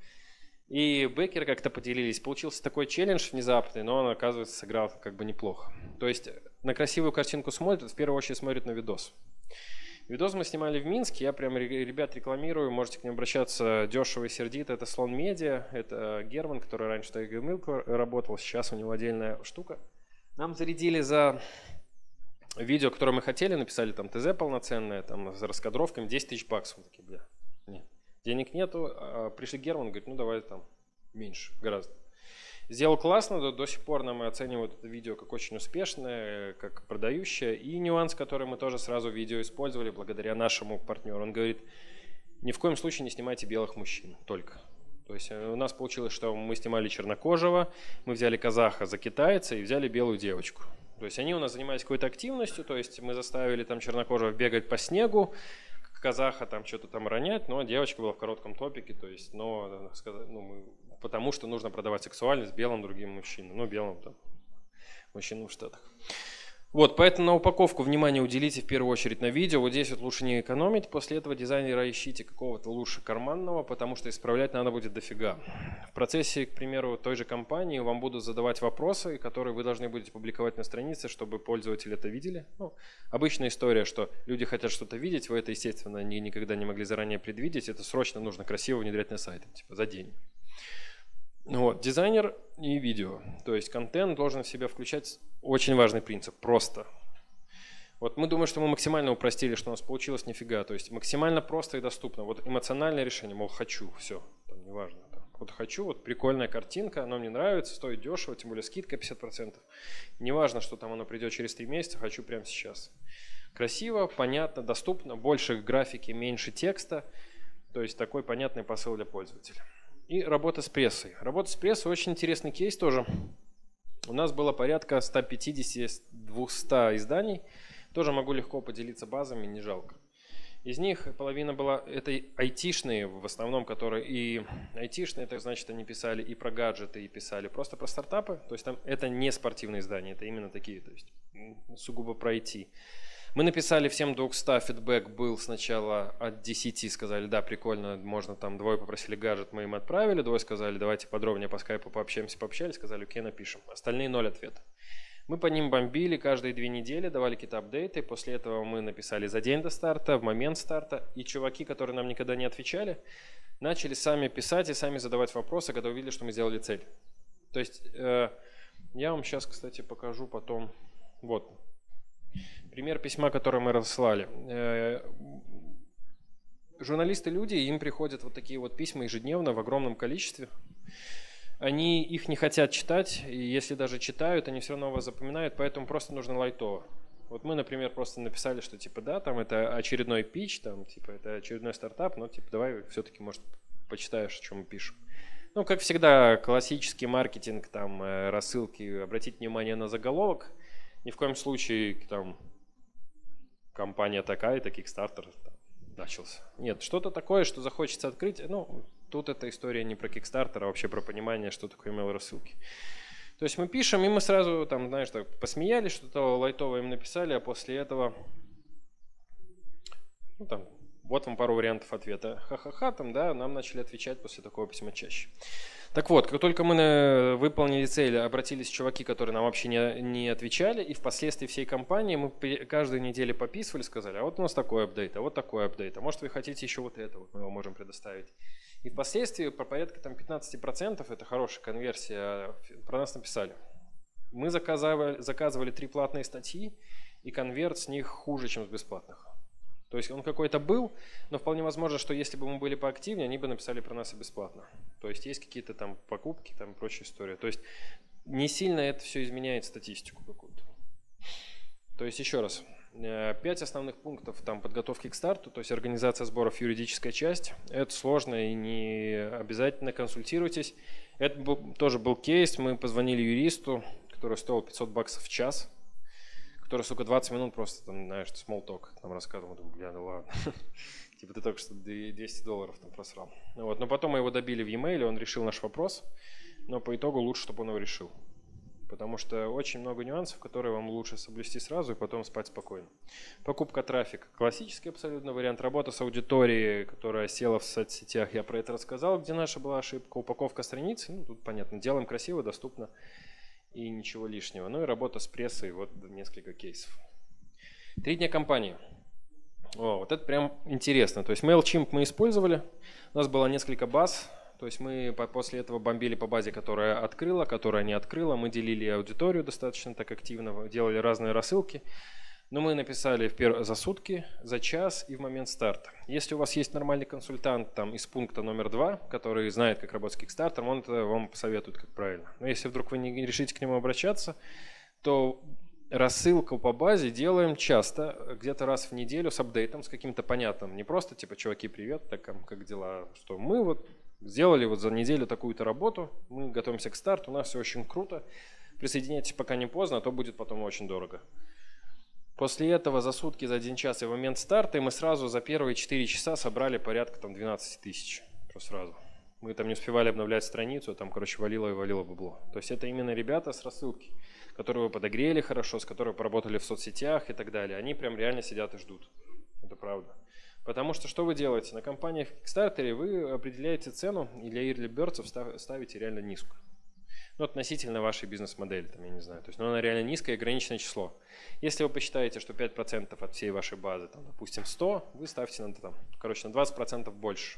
И бэкеры как-то поделились. Получился такой челлендж внезапный, но он, оказывается, сыграл как бы неплохо. То есть на красивую картинку смотрят, в первую очередь смотрят на видос. Видос мы снимали в Минске, я прям ребят рекламирую, можете к ним обращаться дешево и сердито. Это Слон Медиа, это Герман, который раньше в Tiger Milk работал, сейчас у него отдельная штука. Нам зарядили за видео, которое мы хотели, написали там ТЗ полноценное, там с раскадровками, десять тысяч баксов. Мы такие, бля, нет. Денег нету, а пришли Герман, говорит, ну давай там меньше, гораздо. Сделал классно, до, до сих пор нам оценивают это видео как очень успешное, как продающее. И нюанс, который мы тоже сразу в видео использовали благодаря нашему партнеру. Он говорит, ни в коем случае не снимайте белых мужчин, только. То есть у нас получилось, что мы снимали чернокожего, мы взяли казаха за китайца и взяли белую девочку. То есть они у нас занимались какой-то активностью, то есть мы заставили там чернокожего бегать по снегу, казаха там что-то там ронять, но девочка была в коротком топике, то есть, но, ну, мы, потому что нужно продавать сексуальность белым другим мужчинам, ну, белым там, мужчинам в Штатах. Вот, поэтому на упаковку внимание уделите в первую очередь на видео, вот здесь вот лучше не экономить, после этого дизайнера ищите какого-то лучше карманного, потому что исправлять надо будет дофига. В процессе, к примеру, той же компании вам будут задавать вопросы, которые вы должны будете публиковать на странице, чтобы пользователи это видели. Ну, обычная история, что люди хотят что-то видеть, вы это, естественно, они никогда не могли заранее предвидеть, это срочно нужно красиво внедрять на сайт, типа за день. Вот, дизайнер и видео, то есть контент должен в себя включать очень важный принцип, просто. Вот мы думаем, что мы максимально упростили, что у нас получилось нифига, то есть максимально просто и доступно. Вот эмоциональное решение, мол, хочу, все, там неважно. Там, вот хочу, вот прикольная картинка, она мне нравится, стоит дешево, тем более скидка пятьдесят процентов. Неважно, что там оно придет через три месяца, хочу прямо сейчас. Красиво, понятно, доступно, больше графики, меньше текста, то есть такой понятный посыл для пользователя. И работа с прессой. Работа с прессой очень интересный кейс тоже. У нас было порядка ста пятидесяти - двухсот изданий. Тоже могу легко поделиться базами, не жалко. Из них половина была, это айтишные в основном, которые и айтишные, это значит, они писали и про гаджеты, и писали просто про стартапы. То есть там это не спортивные издания, это именно такие, то есть сугубо про ай ти. Мы написали всем двумстам, фидбэк был сначала от десяти, сказали, да, прикольно, можно там, двое попросили гаджет, мы им отправили, двое сказали, давайте подробнее по скайпу пообщаемся, пообщались, сказали, окей, напишем. Остальные ноль ответа. Мы по ним бомбили каждые две недели, давали какие-то апдейты, после этого мы написали за день до старта, в момент старта, и чуваки, которые нам никогда не отвечали, начали сами писать и сами задавать вопросы, когда увидели, что мы сделали цель. То есть э, я вам сейчас, кстати, покажу потом, вот. Пример письма, которое мы разослали. Журналисты-люди, им приходят вот такие вот письма ежедневно в огромном количестве. Они их не хотят читать, и если даже читают, они все равно вас запоминают, поэтому просто нужно лайтово. Вот мы, например, просто написали, что типа да, там это очередной пич, там типа это очередной стартап, но типа давай все-таки, может, почитаешь, о чем мы пишем. Ну, как всегда, классический маркетинг, там, рассылки, обратить внимание на заголовок. Ни в коем случае, там, компания такая-то, Kickstarter там, начался. Нет, что-то такое, что захочется открыть. Ну, тут эта история не про Kickstarter, а вообще про понимание, что такое email-рассылки. То есть мы пишем, и мы сразу, там, знаешь, так, посмеялись, что-то лайтовое им написали, а после этого, ну, там, вот вам пару вариантов ответа. Ха-ха-ха, там, да, нам начали отвечать после такого письма чаще. Так вот, как только мы выполнили цель, обратились чуваки, которые нам вообще не, не отвечали, и впоследствии всей компании мы каждую неделю пописывали, сказали, а вот у нас такой апдейт, а вот такой апдейт, а может вы хотите еще вот это, вот мы его можем предоставить. И впоследствии по порядка там, пятнадцать процентов, это хорошая конверсия, про нас написали. Мы заказывали, заказывали три платные статьи, и конверт с них хуже, чем с бесплатных. То есть он какой-то был, но вполне возможно, что если бы мы были поактивнее, они бы написали про нас и бесплатно. То есть есть какие-то там покупки, там прочая история. То есть не сильно это все изменяет статистику какую-то. То есть еще раз, пять основных пунктов там подготовки к старту, то есть организация сборов, юридическая часть. Это сложно и не обязательно консультируйтесь. Это был, тоже был кейс, мы позвонили юристу, который стоил пятьсот баксов в час. Который, сука, двадцать минут просто, там, знаешь, small talk там рассказывал. Думаю, бля, ну ладно. Типа ты только что двести долларов там просрал. Вот. Но потом мы его добили в e-mail, он решил наш вопрос. Но по итогу лучше, чтобы он его решил. Потому что очень много нюансов, которые вам лучше соблюсти сразу и потом спать спокойно. Покупка трафика. Классический абсолютно вариант. Работа с аудиторией, которая села в соцсетях. Я про это рассказал, где наша была ошибка. Упаковка страницы. Ну, тут понятно. Делаем красиво, доступно. И ничего лишнего. Ну и работа с прессой, вот несколько кейсов. Три дня кампании. О, вот это прям интересно. То есть MailChimp мы использовали. У нас было несколько баз. То есть мы после этого бомбили по базе, которая открыла, которая не открыла. Мы делили аудиторию достаточно так активно, делали разные рассылки. Но мы написали в пер... за сутки, за час и в момент старта. Если у вас есть нормальный консультант там, из пункта номер два, который знает, как работать с Kickstarter, он это вам посоветует, как правильно. Но если вдруг вы не решите к нему обращаться, то рассылку по базе делаем часто, где-то раз в неделю с апдейтом, с каким-то понятным. Не просто типа, чуваки, привет, так как дела, что мы вот сделали вот за неделю такую-то работу, мы готовимся к старту, у нас все очень круто. Присоединяйтесь, пока не поздно, а то будет потом очень дорого. После этого за сутки, за один час и в момент старта мы сразу за первые четыре часа собрали порядка там двенадцать тысяч. Просто сразу. Мы там не успевали обновлять страницу, там, короче, валило и валило бабло. То есть это именно ребята с рассылки, которые вы подогрели хорошо, с которыми поработали в соцсетях и так далее. Они прям реально сидят и ждут. Это правда. Потому что что вы делаете? На компаниях в Kickstarter вы определяете цену и для early birds ставите реально низкую. Ну, относительно вашей бизнес-модели, там, я не знаю. То есть, ну, она реально низкое ограниченное число. Если вы посчитаете, что пять процентов от всей вашей базы, там, допустим, сто, вы ставьте на, там, короче, на двадцать процентов больше.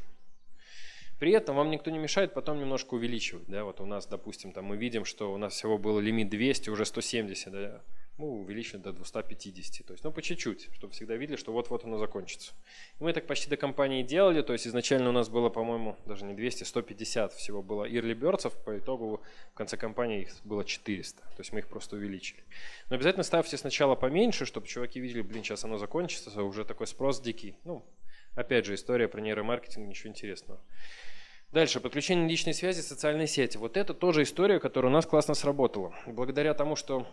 При этом вам никто не мешает потом немножко увеличивать. Да? Вот у нас, допустим, там, мы видим, что у нас всего было лимит двести, уже сто семьдесят, да? Мы увеличили до двухсот пятидесяти. То есть, ну, по чуть-чуть, чтобы всегда видели, что вот-вот оно закончится. И мы так почти до компании делали. То есть, изначально у нас было, по-моему, даже не двести, сто пятьдесят всего было early birds. По итогу в конце компании их было четыреста. То есть, мы их просто увеличили. Но обязательно ставьте сначала поменьше, чтобы чуваки видели, блин, сейчас оно закончится, уже такой спрос дикий. Ну, опять же, история про нейромаркетинг, ничего интересного. Дальше, подключение личной связи, социальные сети. Вот это тоже история, которая у нас классно сработала. И благодаря тому, что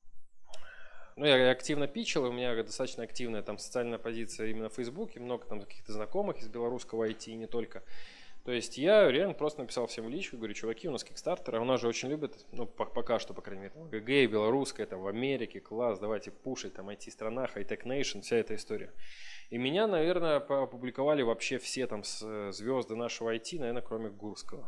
ну, я активно питчил, у меня достаточно активная там социальная позиция именно в Фейсбуке, много там каких-то знакомых из белорусского ай ти и не только. То есть я реально просто написал всем в личку, говорю, чуваки, у нас Kickstarter, а у нас же очень любят, ну пока что, по крайней мере, ГГ, белорусская, там в Америке, класс, давайте пушить, там ай ти-страна, High-Tech Nation, вся эта история. И меня, наверное, опубликовали вообще все там звезды нашего ай ти, наверное, кроме Гурского.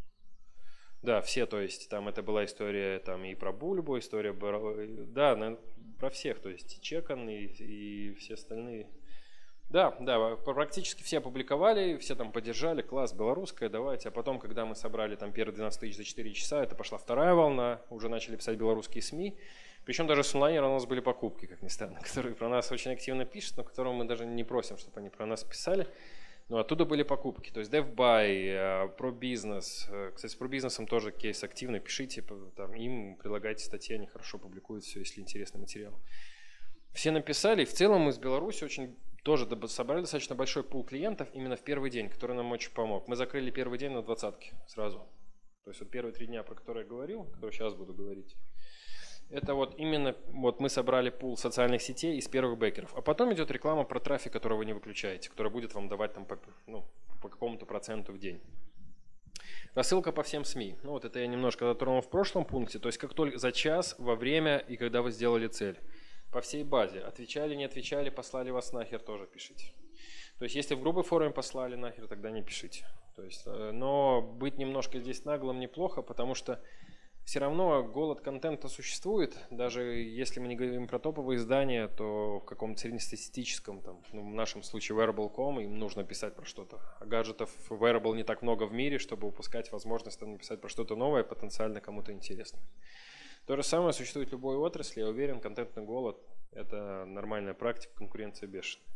Да, все, то есть там это была история там и про Бульбу, история, да, наверное, про всех, то есть и Чекан, и, и все остальные. Да, да, практически все опубликовали, все там поддержали, класс, белорусская, давайте. А потом, когда мы собрали там первые двенадцать тысяч за четыре часа, это пошла вторая волна, уже начали писать белорусские СМИ. Причем даже с онлайнера у нас были покупки, как ни странно, которые про нас очень активно пишут, но которым мы даже не просим, чтобы они про нас писали. Но оттуда были покупки, то есть DevBuy, про бизнес. Кстати, с про бизнесом тоже кейс активный, пишите, там, им предлагайте статьи, они хорошо публикуют все, если интересный материал. Все написали, и в целом мы с Беларуси очень тоже собрали достаточно большой пул клиентов именно в первый день, который нам очень помог. Мы закрыли первый день на двадцатке сразу. То есть вот первые три дня, про которые я говорил, которые сейчас буду говорить, это вот именно вот мы собрали пул социальных сетей из первых бэкеров. А потом идет реклама про трафик, который вы не выключаете, которая будет вам давать там по, ну, по какому-то проценту в день. Рассылка по всем СМИ. Ну вот это я немножко затронул в прошлом пункте. То есть как только за час, во время и когда вы сделали цель. По всей базе. Отвечали, не отвечали, послали вас нахер, тоже пишите. То есть если в грубой форме послали нахер, тогда не пишите. То есть, но быть немножко здесь наглым неплохо, потому что все равно голод контента существует. Даже если мы не говорим про топовые издания, то в каком-то среднестатистическом, там, ну, в нашем случае wearable точка ком, им нужно писать про что-то. А гаджетов wearable не так много в мире, чтобы упускать возможность там, написать про что-то новое, потенциально кому-то интересное. То же самое существует в любой отрасли. Я уверен, контентный голод – это нормальная практика, конкуренция бешеная.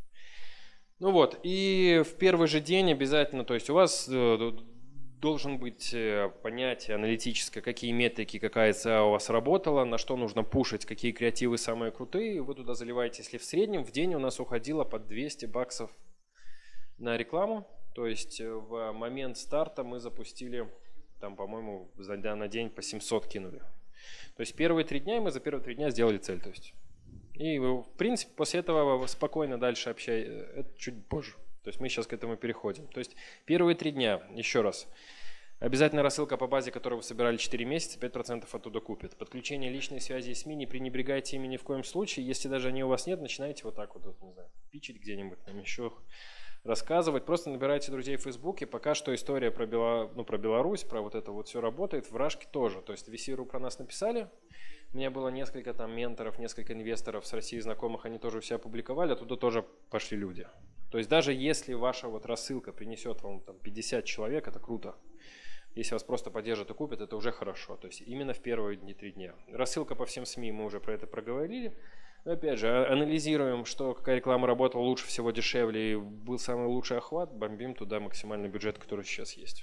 Ну вот, и в первый же день обязательно, то есть у вас должен быть понятие аналитическое, какие метрики, какая эс и эй у вас работала, на что нужно пушить, какие креативы самые крутые. Вы туда заливаете, если в среднем в день у нас уходило под двести баксов на рекламу. То есть в момент старта мы запустили, там, по-моему, на день по семьсот кинули. То есть первые три дня мы за первые три дня сделали цель. То есть. И в принципе после этого спокойно дальше общаетесь. Это чуть позже. То есть мы сейчас к этому переходим. То есть первые три дня, еще раз, обязательно рассылка по базе, которую вы собирали четыре месяца, пять процентов оттуда купит. Подключение личной связи и СМИ, не пренебрегайте ими ни в коем случае. Если даже они у вас нет, начинайте вот так вот, вот не знаю, пичить где-нибудь, там еще рассказывать. Просто набирайте друзей в Фейсбуке. Пока что история про, Бело... ну, про Беларусь, про вот это вот все работает. В Рашке тоже. То есть в ви си точка ру про нас написали. У меня было несколько там менторов, несколько инвесторов с России знакомых. Они тоже все опубликовали. Оттуда тоже пошли люди. То есть даже если ваша вот рассылка принесет вам там пятьдесят человек, это круто. Если вас просто поддержат и купят, это уже хорошо. То есть именно в первые дни, три дня. Рассылка по всем СМИ, мы уже про это проговорили. Но опять же, анализируем, что какая реклама работала лучше всего, дешевле, и был самый лучший охват, бомбим туда максимальный бюджет, который сейчас есть.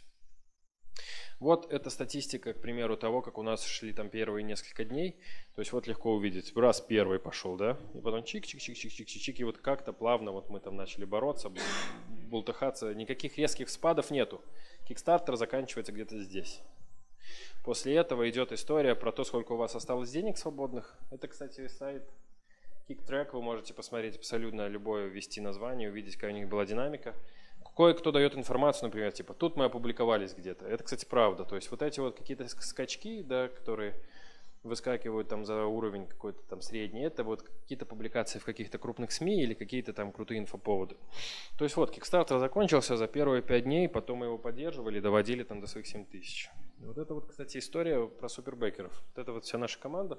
Вот эта статистика, к примеру, того, как у нас шли там первые несколько дней. То есть вот легко увидеть, раз первый пошел, да, и потом чик-чик-чик-чик-чик-чик, и вот как-то плавно вот мы там начали бороться, бултыхаться, никаких резких спадов нету. Кикстартер заканчивается где-то здесь. После этого идет история про то, сколько у вас осталось денег свободных. Это, кстати, сайт KickTrack, вы можете посмотреть абсолютно любое, ввести название, увидеть, какая у них была динамика. Кое-кто дает информацию, например, типа, тут мы опубликовались где-то. Это, кстати, правда. То есть вот эти вот какие-то скачки, да, которые выскакивают там за уровень какой-то там средний, это вот какие-то публикации в каких-то крупных СМИ или какие-то там крутые инфоповоды. То есть вот Kickstarter закончился за первые пять дней, потом мы его поддерживали, доводили там до своих семь тысяч. Вот это вот, кстати, история про супербэкеров. Вот это вот вся наша команда.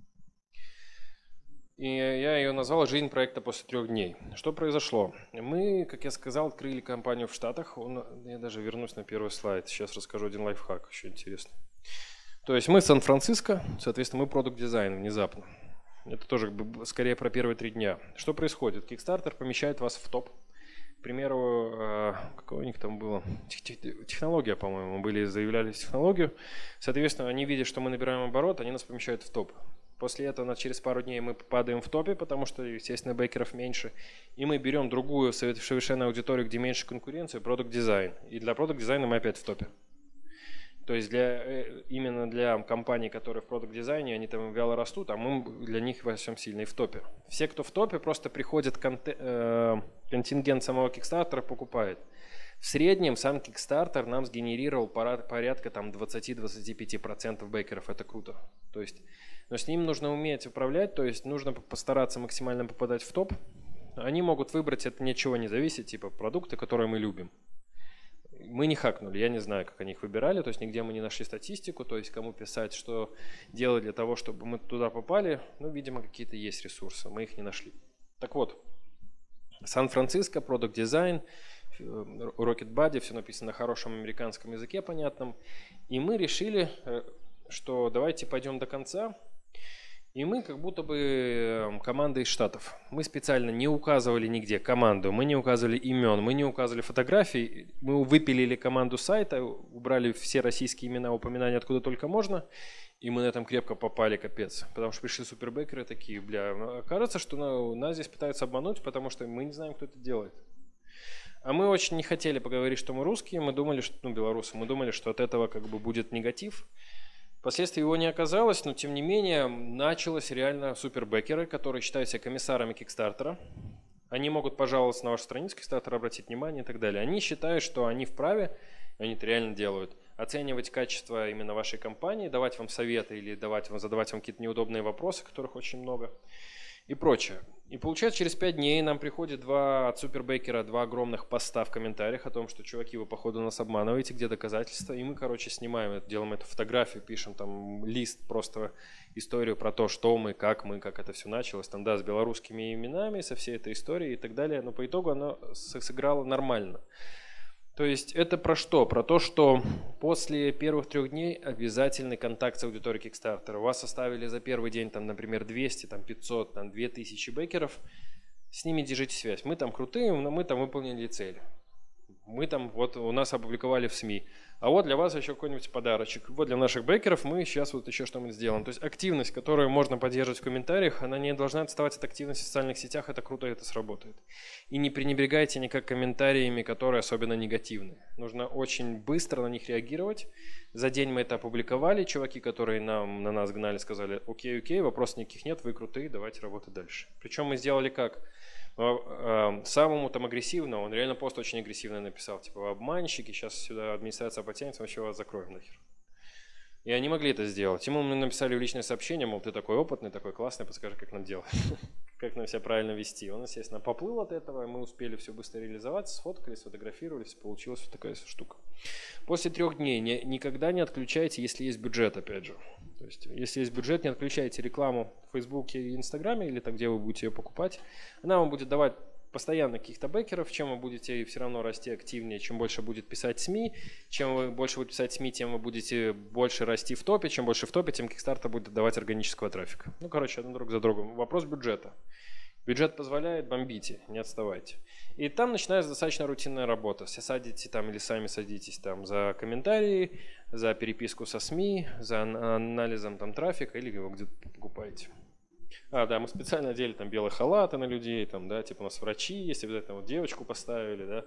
И я ее назвал «Жизнь проекта после трех дней». Что произошло? Мы, как я сказал, открыли компанию в Штатах. Он, я даже вернусь на первый слайд. Сейчас расскажу один лайфхак, еще интересный. То есть мы Сан-Франциско, соответственно, мы продукт-дизайн внезапно. Это тоже скорее про первые три дня. Что происходит? Kickstarter помещает вас в топ. К примеру, какое у них там было? Технология, по-моему. Мы были, заявляли технологию. Соответственно, они видят, что мы набираем оборот, они нас помещают в топ. После этого через пару дней мы падаем в топе, потому что, естественно, бэкеров меньше. И мы берем другую совершенно аудиторию, где меньше конкуренции, продукт-дизайн. И для продукт-дизайна мы опять в топе. То есть для, именно для компаний, которые в продукт-дизайне, они там вяло растут, а мы для них во всем сильно и в топе. Все, кто в топе, просто приходят, конте, э, контингент самого Kickstarter покупает. В среднем сам Kickstarter нам сгенерировал порядка там двадцать-двадцать пять процентов бэкеров. Это круто. То есть, но с ним нужно уметь управлять, то есть нужно постараться максимально попадать в топ. Они могут выбрать, это ничего не зависит, типа продукты, которые мы любим. Мы не хакнули, я не знаю, как они их выбирали, то есть нигде мы не нашли статистику, то есть кому писать, что делать для того, чтобы мы туда попали. Ну, видимо, какие-то есть ресурсы, мы их не нашли. Так вот, Сан-Франциско, продукт-дизайн, RocketBuddy, все написано на хорошем американском языке, понятном. И мы решили, что давайте пойдем до конца. И мы как будто бы команда из Штатов. Мы специально не указывали нигде команду, мы не указывали имен, мы не указывали фотографий. Мы выпилили команду сайта, убрали все российские имена, упоминания откуда только можно. И мы на этом крепко попали, капец. Потому что пришли супербекеры такие, бля, кажется, что ну, нас здесь пытаются обмануть, потому что мы не знаем, кто это делает. А мы очень не хотели поговорить, что мы русские, мы думали, что, ну, белорусы, мы думали, что от этого как бы будет негатив. Впоследствии его не оказалось, но тем не менее началось реально супербекеры, которые считают себя комиссарами Кикстартера. Они могут пожаловаться на вашу страницу Кикстартера, обратить внимание и так далее. Они считают, что они вправе, они это реально делают, оценивать качество именно вашей компании, давать вам советы или давать вам, задавать вам какие-то неудобные вопросы, которых очень много, и прочее. И получается, через пять дней нам приходит два от супербекера, два огромных поста в комментариях о том, что, чуваки, вы походу нас обманываете, где доказательства. И мы, короче, снимаем это, делаем эту фотографию, пишем там лист, просто историю про то, что мы, как мы, как это все началось. Там, да, с белорусскими именами, со всей этой историей и так далее. Но по итогу оно сыграло нормально. То есть это про что? Про то, что после первых трех дней обязательный контакт с аудиторией Kickstarter. У вас составили за первый день, там, например, двести, там, пятьсот, там, две тысячи бекеров. С ними держите связь. Мы там крутые, но мы там выполнили цель. Мы там, вот у нас опубликовали в СМИ. А вот для вас еще какой-нибудь подарочек. Вот для наших бекеров мы сейчас вот еще что-нибудь сделаем. То есть активность, которую можно поддерживать в комментариях, она не должна отставать от активности в социальных сетях. Это круто, это сработает. И не пренебрегайте никак комментариями, которые особенно негативны. Нужно очень быстро на них реагировать. За день мы это опубликовали. Чуваки, которые нам, на нас гнали, сказали: окей, окей, вопросов никаких нет, вы крутые, давайте работать дальше. Причем мы сделали как? Самому там агрессивному, он реально пост очень агрессивно написал, типа: обманщики, сейчас сюда администрация потянется, вообще вас закроем нахер. И они могли это сделать. Ему мы написали в личное сообщение, мол, ты такой опытный, такой классный, подскажи, как нам делать, как нам себя правильно вести. Он, естественно, поплыл от этого, мы успели все быстро реализовать, сфоткали, сфотографировались, получилась вот такая штука. После трех дней не, никогда не отключайте, если есть бюджет, опять же. То есть, если есть бюджет, не отключайте рекламу в Фейсбуке и Инстаграме, или там, где вы будете ее покупать. Она вам будет давать постоянно каких-то бекеров, чем вы будете все равно расти активнее, чем больше будет писать СМИ, чем вы больше будете писать СМИ, тем вы будете больше расти в топе, чем больше в топе, тем Kickstarter будет давать органического трафика. Ну, короче, один друг за другом. Вопрос бюджета. Бюджет позволяет, бомбите, не отставайте. И там начинается достаточно рутинная работа. Все садите там или сами садитесь там за комментарии, за переписку со СМИ, за анализом там трафика, или вы где-то покупаете. А, да, мы специально одели там белые халаты на людей, там, да, типа у нас врачи есть, обязательно вот девочку поставили, да,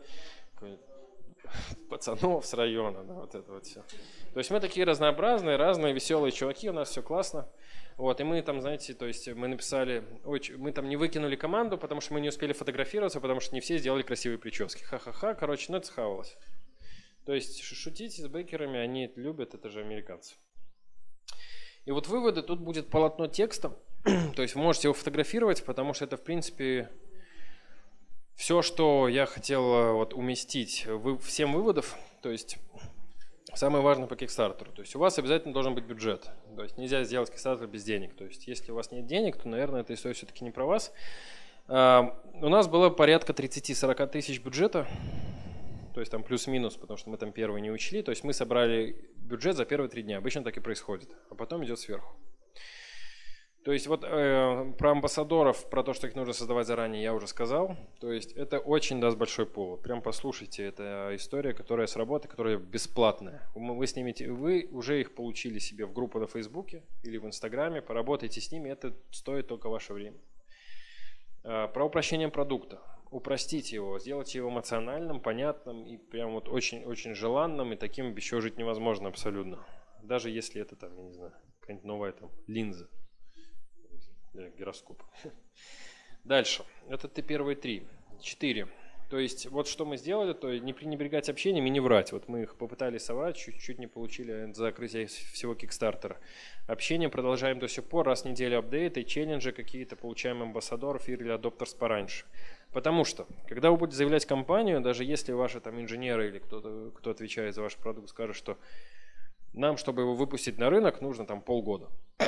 пацанов с района, да, вот это вот все. То есть мы такие разнообразные, разные, веселые чуваки, у нас все классно. Вот, и мы там, знаете, то есть мы написали, ой, мы там не выкинули команду, потому что мы не успели фотографироваться, потому что не все сделали красивые прически. Ха-ха-ха, короче, ну это схавалось. То есть шутить с бекерами, они это любят, это же американцы. И вот выводы, тут будет полотно текста, то есть вы можете его фотографировать, потому что это, в принципе, все, что я хотел вот уместить в семь выводов, то есть самое важное по Kickstarter. То есть у вас обязательно должен быть бюджет. То есть нельзя сделать Kickstarter без денег. То есть если у вас нет денег, то, наверное, эта история все-таки не про вас. А, у нас было порядка тридцать-сорок тысяч бюджета. То есть там плюс-минус, потому что мы там первые не учли. То есть мы собрали бюджет за первые три дня. Обычно так и происходит. А потом идет сверху. То есть вот э, про амбассадоров, про то, что их нужно создавать заранее, я уже сказал. То есть это очень даст большой повод. Прям послушайте, это история, которая сработает, которая бесплатная. Вы снимете, вы уже их получили себе в группу на Фейсбуке или в Инстаграме, поработайте с ними, это стоит только ваше время. Э, про упрощение продукта. Упростите его, сделайте его эмоциональным, понятным и прям вот очень-очень желанным, и таким еще жить невозможно абсолютно. Даже если это там, я не знаю, какая-нибудь новая там линза. Гироскоп. Дальше. Это ты первые три. Четыре. То есть вот что мы сделали, то не пренебрегать общением и не врать. Вот мы их попытались соврать, чуть-чуть не получили закрытие всего Kickstarter. Общение продолжаем до сих пор. Раз в неделю апдейты, челленджи какие-то, получаем амбассадоров или адоптерс пораньше. Потому что, когда вы будете заявлять компанию, даже если ваши там инженеры или кто-то, кто отвечает за ваш продукт, скажет, что нам, чтобы его выпустить на рынок, нужно там полгода.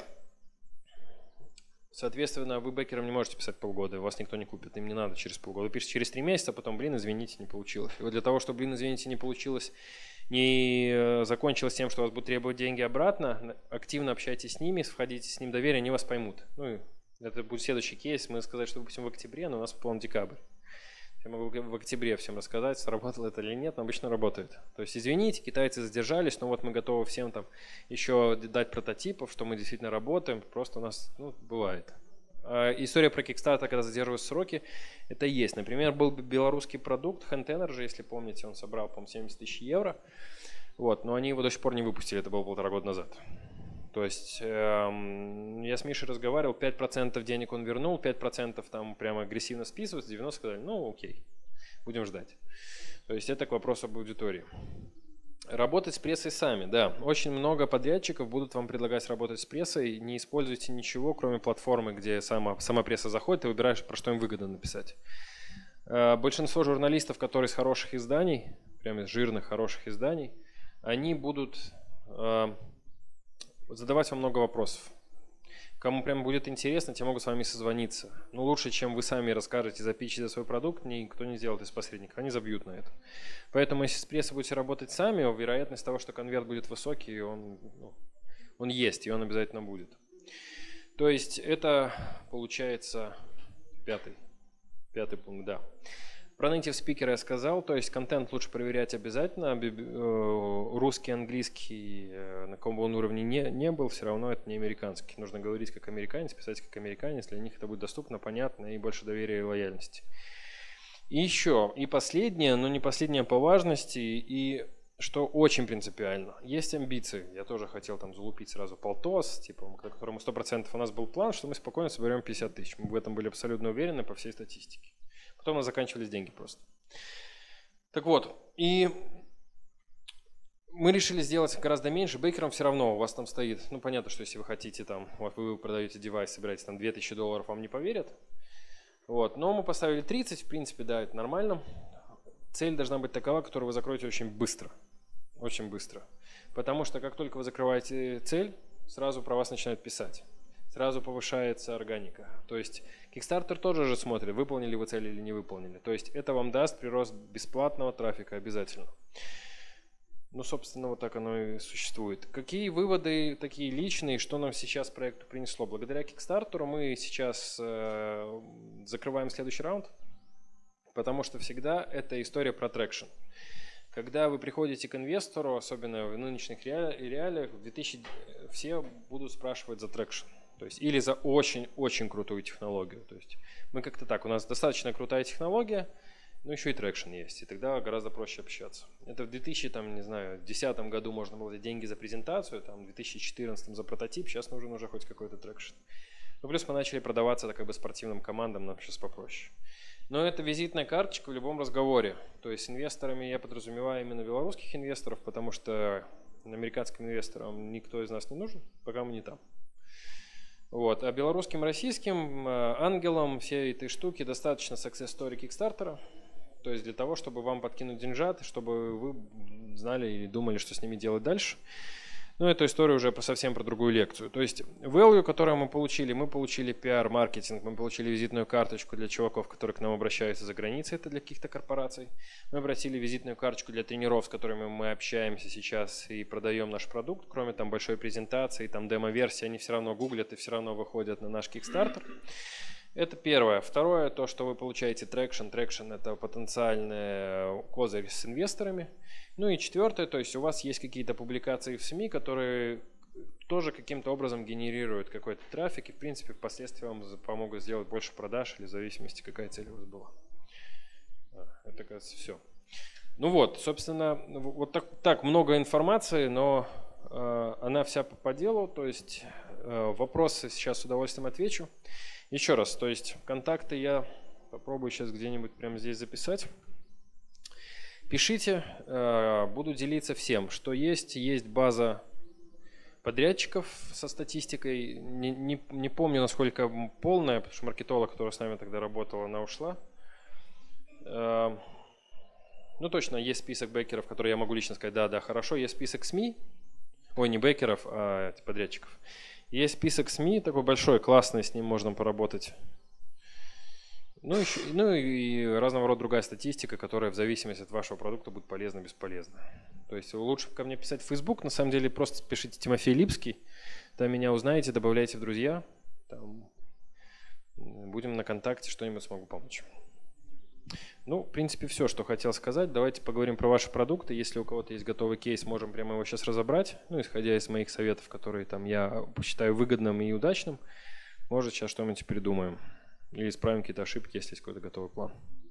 Соответственно, вы бекерам не можете писать полгода, вас никто не купит, им не надо через полгода. Вы пишете через три месяца, потом, блин, извините, не получилось. И вот для того, чтобы, блин, извините, не получилось, не закончилось тем, что вас будут требовать деньги обратно, активно общайтесь с ними, входите с ним в доверие, они вас поймут. Ну, это будет следующий кейс, мы сказали, что выпустим в октябре, но у нас, по-моему, декабрь. Я могу в октябре всем рассказать, сработало это или нет, но обычно работает. То есть, извините, китайцы задержались, но вот мы готовы всем там еще дать прототипов, что мы действительно работаем, просто у нас, ну, бывает. А история про Kickstarter, когда задерживаются сроки, это есть. Например, был белорусский продукт, Hand Energy, если помните, он собрал, по-моему, семьдесят тысяч евро, вот, но они его до сих пор не выпустили, это было полтора года назад. То есть эм, я с Мишей разговаривал, пять процентов денег он вернул, пять процентов там прямо агрессивно списываются, девяносто процентов сказали, ну окей, будем ждать. То есть это к вопросу об аудитории. Работать с прессой сами, да. Очень много подрядчиков будут вам предлагать работать с прессой. Не используйте ничего, кроме платформы, где сама, сама пресса заходит, и выбираешь, про что им выгодно написать. Э, большинство журналистов, которые из хороших изданий, прямо из жирных хороших изданий, они будут... Э, задавать вам много вопросов. Кому прям будет интересно, те могут с вами созвониться. Но лучше, чем вы сами расскажете, запичите свой продукт, никто не сделает из посредников, они забьют на это. Поэтому, если с прессой будете работать сами, вероятность того, что конверт будет высокий, он, ну, он есть, и он обязательно будет. То есть это получается пятый, пятый пункт, да. Про native спикера я сказал, то есть контент лучше проверять обязательно. Русский, английский, на каком бы он уровне не, не был, все равно это не американский. Нужно говорить как американец, писать как американец, для них это будет доступно, понятно и больше доверия и лояльности. И еще, и последнее, но не последнее по важности, и что очень принципиально. Есть амбиции, я тоже хотел там залупить сразу полтос, типа, которому сто процентов у нас был план, что мы спокойно соберем пятьдесят тысяч. Мы в этом были абсолютно уверены по всей статистике. Потом у нас заканчивались деньги просто. Так вот, и мы решили сделать гораздо меньше. Бейкерам все равно, у вас там стоит, ну понятно, что если вы хотите там, вот вы продаете девайс, собираете там две тысячи долларов, вам не поверят. Вот, но мы поставили тридцать, в принципе, да, это нормально. Цель должна быть такова, которую вы закроете очень быстро. Очень быстро. Потому что как только вы закрываете цель, сразу про вас начинают писать. Сразу повышается органика. То есть Kickstarter тоже же смотрит, выполнили вы цель или не выполнили. То есть это вам даст прирост бесплатного трафика обязательно. Ну, собственно, вот так оно и существует. Какие выводы такие личные, что нам сейчас проекту принесло? Благодаря Kickstarter мы сейчас э, закрываем следующий раунд, потому что всегда это история про трекшн. Когда вы приходите к инвестору, особенно в нынешних реалиях, в две тысячи все будут спрашивать за трекшн. То есть, или за очень-очень крутую технологию. То есть мы как-то так, у нас достаточно крутая технология, но еще и трекшн есть, и тогда гораздо проще общаться. Это в две тысячи десятом году можно было взять деньги за презентацию, там, в две тысячи четырнадцатом за прототип, сейчас нужен уже хоть какой-то трекшн. Ну, плюс мы начали продаваться как бы спортивным командам, нам сейчас попроще. Но это визитная карточка в любом разговоре. То есть с инвесторами я подразумеваю именно белорусских инвесторов, потому что американским инвесторам никто из нас не нужен, пока мы не там. Вот. А белорусским, российским ангелам всей этой штуки достаточно success story Kickstarter. То есть для того, чтобы вам подкинуть деньжат, чтобы вы знали или думали, что с ними делать дальше. Но эту историю уже совсем про другую лекцию. То есть value, которую мы получили, мы получили пиар-маркетинг, мы получили визитную карточку для чуваков, которые к нам обращаются за границей, это для каких-то корпораций. Мы обратили визитную карточку для тренеров, с которыми мы общаемся сейчас и продаем наш продукт. Кроме там большой презентации, там демо-версии, они все равно гуглят и все равно выходят на наш Kickstarter. Это первое. Второе, то, что вы получаете трекшн. Трекшн – это потенциальный козырь с инвесторами. Ну и четвертое, то есть у вас есть какие-то публикации в СМИ, которые тоже каким-то образом генерируют какой-то трафик и, в принципе, впоследствии вам помогут сделать больше продаж или в зависимости, какая цель у вас была. Это, кажется, все. Ну вот, собственно, вот так, так много информации, но э, она вся по, по делу, то есть э, вопросы сейчас с удовольствием отвечу. Еще раз, то есть контакты я попробую сейчас где-нибудь прямо здесь записать. Пишите, буду делиться всем, что есть. Есть база подрядчиков со статистикой. Не, не, не помню, насколько полная, потому что маркетолог, которая с нами тогда работала, она ушла. Ну, точно, есть список бэкеров, которые я могу лично сказать, да, да, хорошо. Есть список СМИ, ой, не бэкеров, а подрядчиков. Есть список СМИ, такой большой, классный, с ним можно поработать. Ну, еще, ну и разного рода другая статистика, которая в зависимости от вашего продукта будет полезна, бесполезна. То есть лучше ко мне писать в Facebook, на самом деле просто пишите Тимофей Липский, там меня узнаете, добавляйте в друзья, там будем на контакте, что-нибудь смогу помочь. Ну, в принципе, все, что хотел сказать. Давайте поговорим про ваши продукты. Если у кого-то есть готовый кейс, можем прямо его сейчас разобрать. Ну, исходя из моих советов, которые там я посчитаю выгодным и удачным, может, сейчас что-нибудь придумаем. Или исправим какие-то ошибки, если есть какой-то готовый план.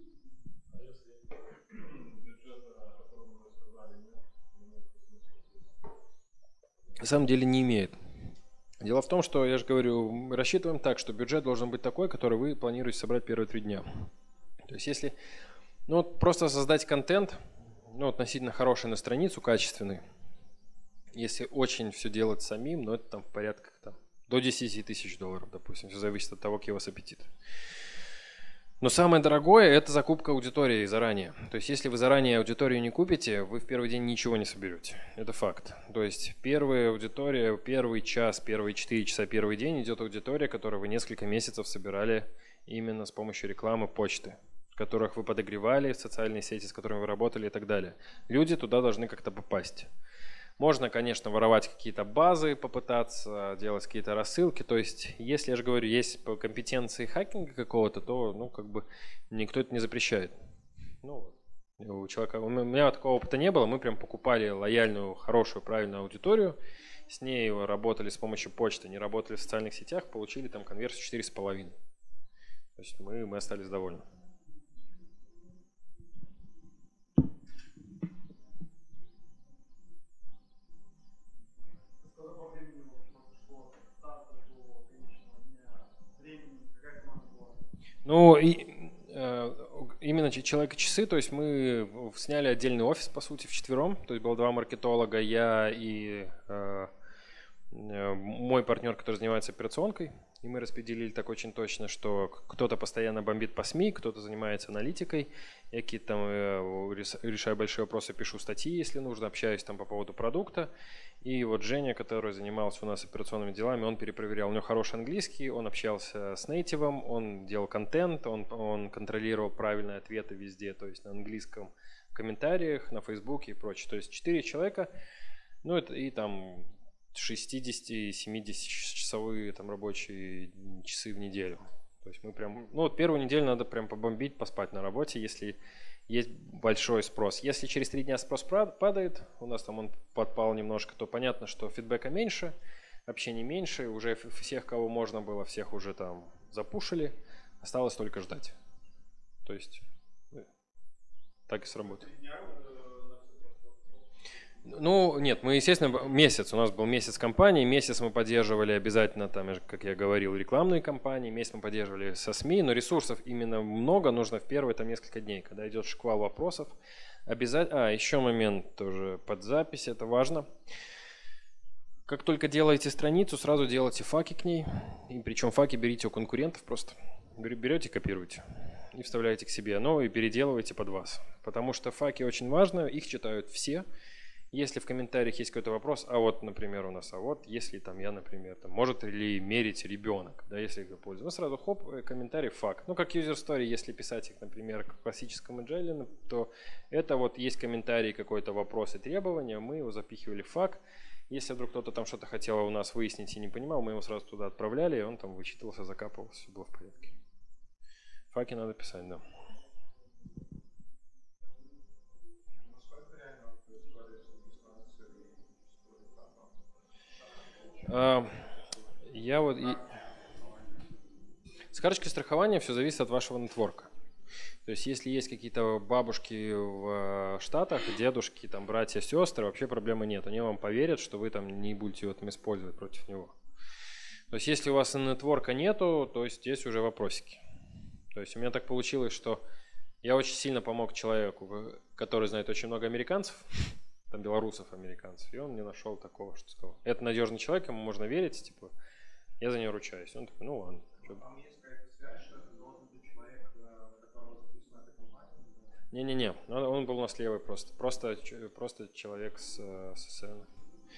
На самом деле не имеет. Дело в том, что, я же говорю, мы рассчитываем так, что бюджет должен быть такой, который вы планируете собрать первые три дня. То есть если ну, вот просто создать контент, ну, относительно хороший на страницу, качественный, если очень все делать самим, ну, это там в порядках там, до десяти тысяч долларов, допустим, все зависит от того, какие у вас аппетиты. Но самое дорогое – это закупка аудитории заранее. То есть, если вы заранее аудиторию не купите, вы в первый день ничего не соберете. Это факт. То есть, первая аудитория, первый час, первые четыре часа, первый день идет аудитория, которую вы несколько месяцев собирали именно с помощью рекламы почты, которых вы подогревали в социальные сети, с которыми вы работали и так далее. Люди туда должны как-то попасть. Можно, конечно, воровать какие-то базы, попытаться делать какие-то рассылки. То есть, если, я же говорю, есть по компетенции хакинга какого-то, то, ну, как бы, никто это не запрещает. Ну, у человека, у меня такого опыта не было. Мы прям покупали лояльную, хорошую, правильную аудиторию. С ней работали с помощью почты, не работали в социальных сетях, получили там конверсию четыре с половиной. То есть, мы, мы остались довольны. Ну, и, э, именно человека-часы, то есть мы сняли отдельный офис, по сути, вчетвером. То есть было два маркетолога, я и э, мой партнер, который занимается операционкой. И мы распределили так очень точно, что кто-то постоянно бомбит по СМИ, кто-то занимается аналитикой. Я какие-то там э, решаю большие вопросы, пишу статьи, если нужно, общаюсь там по поводу продукта. И вот Женя, который занимался у нас операционными делами, он перепроверял. У него хороший английский, он общался с нейтивом, он делал контент, он, он контролировал правильные ответы везде, то есть на английском, в комментариях, на Фейсбуке и прочее. То есть четыре человека, ну это и там шестидесяти-семидесятичасовые там рабочие часы в неделю. То есть мы прям, ну вот первую неделю надо прям побомбить, поспать на работе, если есть большой спрос. Если через три дня спрос падает, у нас там он подпал немножко, то понятно, что фидбэка меньше, общения меньше, уже всех, кого можно было, всех уже там запушили, осталось только ждать. То есть так и сработает. Ну, нет, мы, естественно, месяц, у нас был месяц кампании, месяц мы поддерживали обязательно, там, как я говорил, рекламные кампании, месяц мы поддерживали со СМИ, но ресурсов именно много нужно в первые там несколько дней, когда идет шквал вопросов. Обязательно, а, еще момент тоже под запись, это важно. Как только делаете страницу, сразу делайте факи к ней, и причем факи берите у конкурентов просто, берете, копируете и вставляете к себе, но и переделываете под вас, потому что факи очень важно, их читают все. Если в комментариях есть какой-то вопрос, а вот, например, у нас, а вот, если там я, например, там, может ли мерить ребенок, да, если я пользуюсь, ну, сразу хоп, комментарий, факт. Ну, как user story, если писать их, например, к классическому agile, то это вот есть комментарий, какой-то вопрос и требования, мы его запихивали в фак. Если вдруг кто-то там что-то хотел у нас выяснить и не понимал, мы его сразу туда отправляли, и он там вычитывался, закапывался, все было в порядке. Факи надо писать, да. Я вот и... С карточкой страхования все зависит от вашего нетворка. То есть, если есть какие-то бабушки в Штатах, дедушки, там, братья, сестры, вообще проблемы нет. Они вам поверят, что вы там не будете его там использовать против него. То есть, если у вас нетворка нету, то есть здесь уже вопросики. То есть, у меня так получилось, что я очень сильно помог человеку, который знает очень много американцев, там белорусов, американцев, и он не нашел такого, что сказал. Это надежный человек, ему можно верить, типа, я за него ручаюсь. Он такой, ну ладно. Вам есть какая-то связь, что это должен быть человек, на которого записана эта компания? Не-не-не, он был у нас левый просто. Просто, просто человек с, с СН.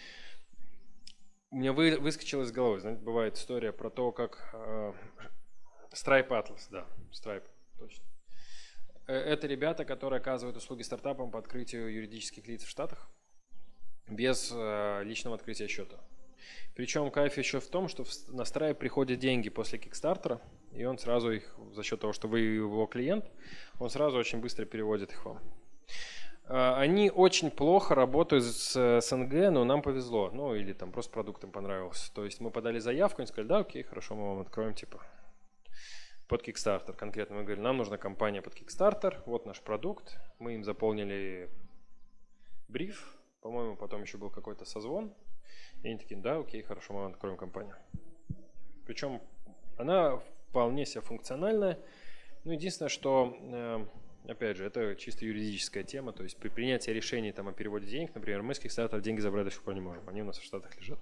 У меня вы, выскочило из головы, знаете, бывает история про то, как э, Stripe Atlas, да, Stripe, точно. Это ребята, которые оказывают услуги стартапам по открытию юридических лиц в Штатах без э, личного открытия счета. Причем кайф еще в том, что на Stripe приходят деньги после Kickstarter, и он сразу их, за счет того, что вы его клиент, он сразу очень быстро переводит их вам. Они очень плохо работают с СНГ, но нам повезло. Ну, или там просто продукт им понравился. То есть мы подали заявку, они сказали, да, окей, хорошо, мы вам откроем, типа, под Kickstarter конкретно. Мы говорили, нам нужна компания под Kickstarter, вот наш продукт. Мы им заполнили бриф, по-моему, потом еще был какой-то созвон. И они такие, да, окей, хорошо, мы вам откроем компанию. Причем она вполне себе функциональная. Ну, единственное, что... Опять же, это чисто юридическая тема, то есть при принятии решений там, о переводе денег, например, мы с Kickstarter деньги забрать до сих пор не можем, они у нас в Штатах лежат.